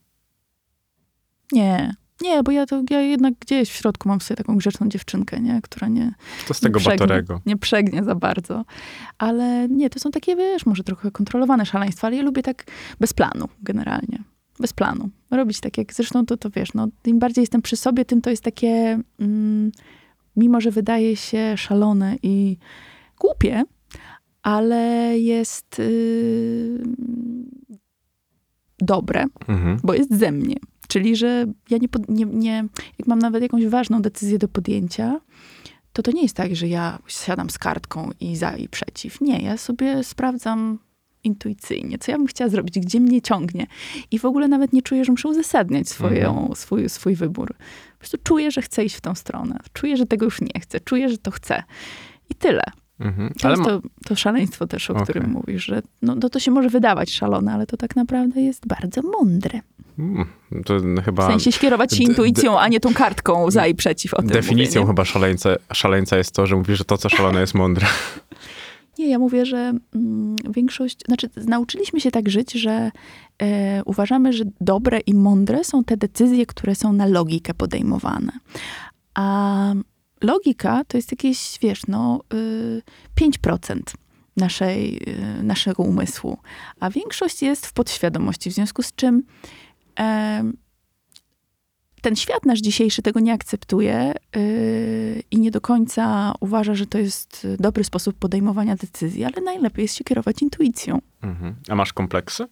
S3: Nie, nie, bo ja to ja jednak gdzieś w środku mam sobie taką grzeczną dziewczynkę, nie, która nie,
S4: To z tego
S3: nie przegnie,
S4: Batorego.
S3: nie przegnie za bardzo. Ale nie, to są takie, wiesz, może trochę kontrolowane szaleństwa, ale ja lubię tak bez planu generalnie. Bez planu. Robić tak jak, zresztą to, to wiesz, no, im bardziej jestem przy sobie, tym to jest takie, mm, mimo że wydaje się szalone i głupie, ale jest yy, dobre,
S4: Mhm.
S3: bo jest ze mnie. Czyli, że ja nie, pod, nie, nie, jak mam nawet jakąś ważną decyzję do podjęcia, to to nie jest tak, że ja siadam z kartką i za i przeciw. Nie, ja sobie sprawdzam intuicyjnie, co ja bym chciała zrobić, gdzie mnie ciągnie. I w ogóle nawet nie czuję, że muszę uzasadniać swoją,
S4: Mhm.
S3: swój, swój wybór. Po prostu czuję, że chcę iść w tą stronę. Czuję, że tego już nie chcę. Czuję, że to chcę. I tyle.
S4: Mhm.
S3: To
S4: Ale
S3: jest
S4: ma...
S3: to, to szaleństwo też, o
S4: Okej.
S3: którym mówisz, że no, no to się może wydawać szalone, ale to tak naprawdę jest bardzo mądre.
S4: Mm, to chyba...
S3: W sensie skierować się
S4: d-
S3: intuicją, a nie tą kartką za i przeciw o tym
S4: Definicją
S3: mówię,
S4: chyba szaleńca, szaleńca jest to, że mówisz, że to, co szalone, jest mądre.
S3: nie? nie, ja mówię, że mm, większość, znaczy nauczyliśmy się tak żyć, że e, uważamy, że dobre i mądre są te decyzje, które są na logikę podejmowane. A logika to jest jakieś, wiesz, no y, pięć procent naszej, y, naszego umysłu, a większość jest w podświadomości, w związku z czym e, ten świat nasz dzisiejszy tego nie akceptuje yy, i nie do końca uważa, że to jest dobry sposób podejmowania decyzji, ale najlepiej jest się kierować intuicją.
S4: Mhm. A masz kompleksy?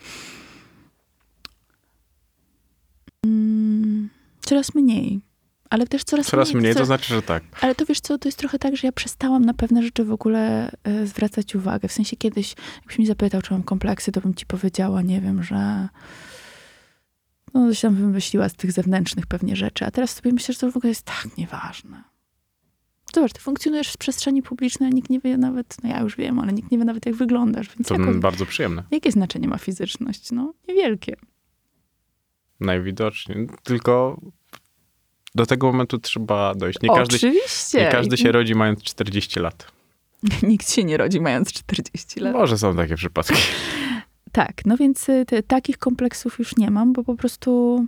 S3: Mm, coraz mniej. Ale też coraz,
S4: Coraz mniej, to
S3: coraz-
S4: znaczy, że tak.
S3: Ale to wiesz co, to jest trochę tak, że ja przestałam na pewne rzeczy w ogóle e, zwracać uwagę. W sensie kiedyś, jakbyś mi zapytał, czy mam kompleksy, to bym ci powiedziała, nie wiem, że no, coś tam wymyśliła z tych zewnętrznych pewnie rzeczy. A teraz sobie myślę, że to w ogóle jest tak nieważne. Zobacz, ty funkcjonujesz w przestrzeni publicznej, a nikt nie wie nawet, no ja już wiem, ale nikt nie wie nawet, jak wyglądasz. Więc
S4: To
S3: jako,
S4: bardzo przyjemne.
S3: jakie znaczenie ma fizyczność? No, niewielkie.
S4: Najwidoczniej. Tylko do tego momentu trzeba dojść. Nie każdy,
S3: Oczywiście.
S4: nie każdy się rodzi mając czterdzieści lat.
S3: Nikt się nie rodzi mając czterdzieści lat.
S4: Może są takie przypadki.
S3: Tak, no więc y, te, takich kompleksów już nie mam, bo po prostu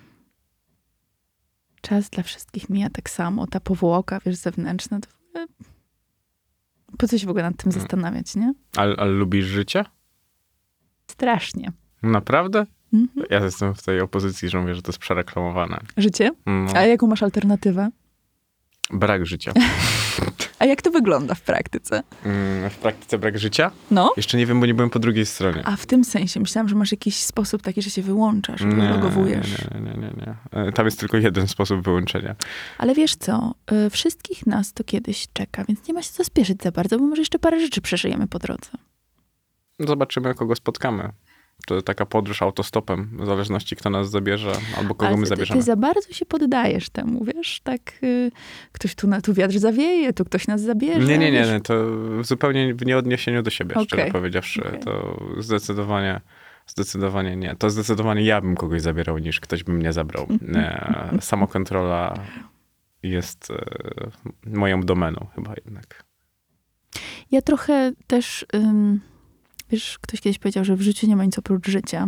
S3: czas dla wszystkich mija tak samo. Ta powłoka, wiesz, zewnętrzna, to w ogóle... Po co się w ogóle nad tym
S4: Hmm.
S3: zastanawiać, nie?
S4: Ale, ale lubisz życie?
S3: Strasznie.
S4: Naprawdę?
S3: Mhm.
S4: Ja jestem w tej opozycji, że mówię, że to jest przereklamowane.
S3: Życie?
S4: No,
S3: A jaką masz alternatywę?
S4: brak życia.
S3: A jak to wygląda w praktyce?
S4: Mm, w praktyce brak życia?
S3: No?
S4: Jeszcze nie wiem, bo nie byłem po drugiej stronie.
S3: A w tym sensie myślałam, że masz jakiś sposób taki, że się wyłączasz, że logowujesz.
S4: nie, nie, nie, nie, nie. Tam jest tylko jeden sposób wyłączenia.
S3: Ale wiesz co, y, wszystkich nas to kiedyś czeka, więc nie ma się co spieszyć za bardzo, bo może jeszcze parę rzeczy przeżyjemy po drodze.
S4: Zobaczymy, kogo spotkamy. To taka podróż autostopem, w zależności kto nas zabierze, albo kogo
S3: Ale
S4: my
S3: ty,
S4: zabierzemy.
S3: ty za bardzo się poddajesz temu, wiesz, tak y, ktoś tu, na, tu wiatr zawieje, tu ktoś nas zabierze.
S4: Nie, nie, nie,
S3: wiesz.
S4: nie, to zupełnie w nieodniesieniu do siebie,
S3: Okej.
S4: szczerze powiedziawszy.
S3: Okej.
S4: To zdecydowanie, zdecydowanie nie. To zdecydowanie ja bym kogoś zabierał, niż ktoś by mnie zabrał. Nie, samokontrola jest e, moją domeną chyba jednak.
S3: Ja trochę też, ym, wiesz, ktoś kiedyś powiedział, że w życiu nie ma nic oprócz życia.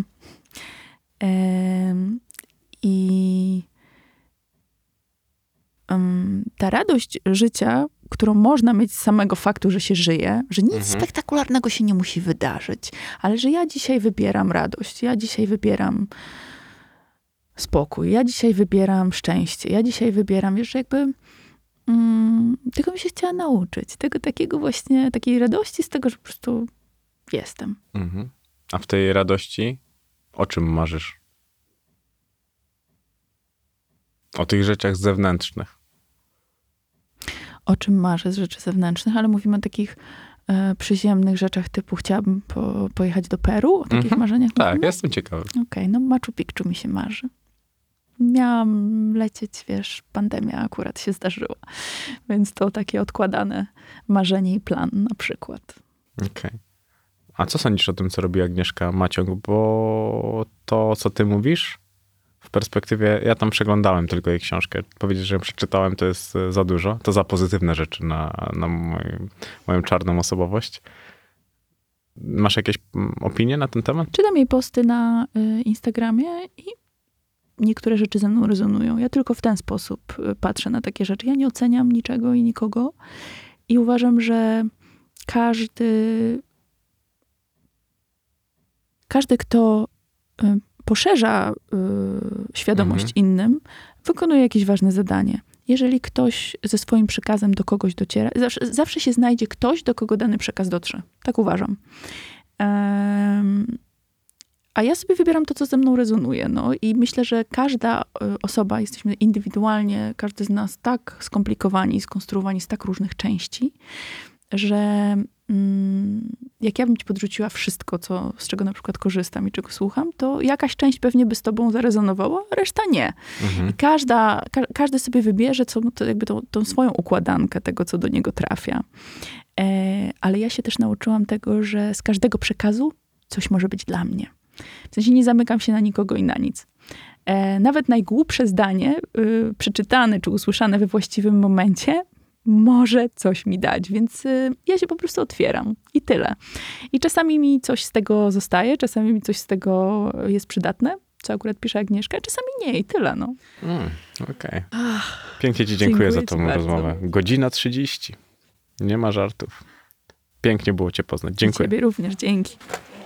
S3: Ym, I ym, ta radość życia którą można mieć z samego faktu, że się żyje, że nic
S4: Mhm.
S3: spektakularnego się nie musi wydarzyć, ale że ja dzisiaj wybieram radość, ja dzisiaj wybieram spokój, ja dzisiaj wybieram szczęście, ja dzisiaj wybieram, wiesz, że jakby mm, tego bym się chciała nauczyć, tego takiego właśnie, takiej radości z tego, że po prostu jestem.
S4: Mhm. A w tej radości o czym marzysz? O tych rzeczach zewnętrznych.
S3: O czym marzę z rzeczy zewnętrznych, ale mówimy o takich e, przyziemnych rzeczach typu chciałabym po, pojechać do Peru, o takich
S4: Mhm.
S3: marzeniach
S4: Tak,
S3: mówimy?
S4: jestem ciekawy.
S3: Okej, no Machu Picchu mi się marzy. Miałam lecieć, wiesz, pandemia akurat się zdarzyła. Więc to takie odkładane marzenie i plan na przykład.
S4: Okej. A co sądzisz o tym, co robi Agnieszka Maciąg? Bo to, co ty mówisz, w perspektywie, ja tam przeglądałem tylko jej książkę. Powiedzieć, że ją przeczytałem, to jest e, za dużo. To za pozytywne rzeczy na, na moją, moją czarną osobowość. Masz jakieś mm, opinie na ten temat?
S3: Czytam jej posty na y, Instagramie i niektóre rzeczy ze mną rezonują. Ja tylko w ten sposób y, patrzę na takie rzeczy. Ja nie oceniam niczego i nikogo. I uważam, że każdy, każdy, kto y, poszerza y, świadomość
S4: Mhm.
S3: innym, wykonuje jakieś ważne zadanie. Jeżeli ktoś ze swoim przekazem do kogoś dociera, zawsze, zawsze się znajdzie ktoś, do kogo dany przekaz dotrze. Tak uważam. Em, a ja sobie wybieram to, co ze mną rezonuje. No i myślę, że każda y, osoba, jesteśmy indywidualnie, każdy z nas tak skomplikowani, skonstruowani z tak różnych części, że mm, jak ja bym ci podrzuciła wszystko, co, z czego na przykład korzystam i czego słucham, to jakaś część pewnie by z tobą zarezonowała, a reszta nie.
S4: Mhm.
S3: I każda, ka, każdy sobie wybierze co, to jakby tą, tą swoją układankę tego, co do niego trafia. E, ale ja się też nauczyłam tego, że z każdego przekazu coś może być dla mnie. W sensie nie zamykam się na nikogo i na nic. E, nawet najgłupsze zdanie, y, przeczytane czy usłyszane we właściwym momencie, może coś mi dać, więc y, ja się po prostu otwieram i tyle. I czasami mi coś z tego zostaje, czasami mi coś z tego jest przydatne, co akurat pisze Agnieszka, czasami nie i tyle, no.
S4: Mm, Okej. Pięknie ci dziękuję,
S3: dziękuję
S4: za
S3: ci
S4: tą
S3: bardzo.
S4: rozmowę. Godzina trzydzieści. Nie ma żartów. Pięknie było cię poznać. Dziękuję.
S3: Ciebie również, dzięki.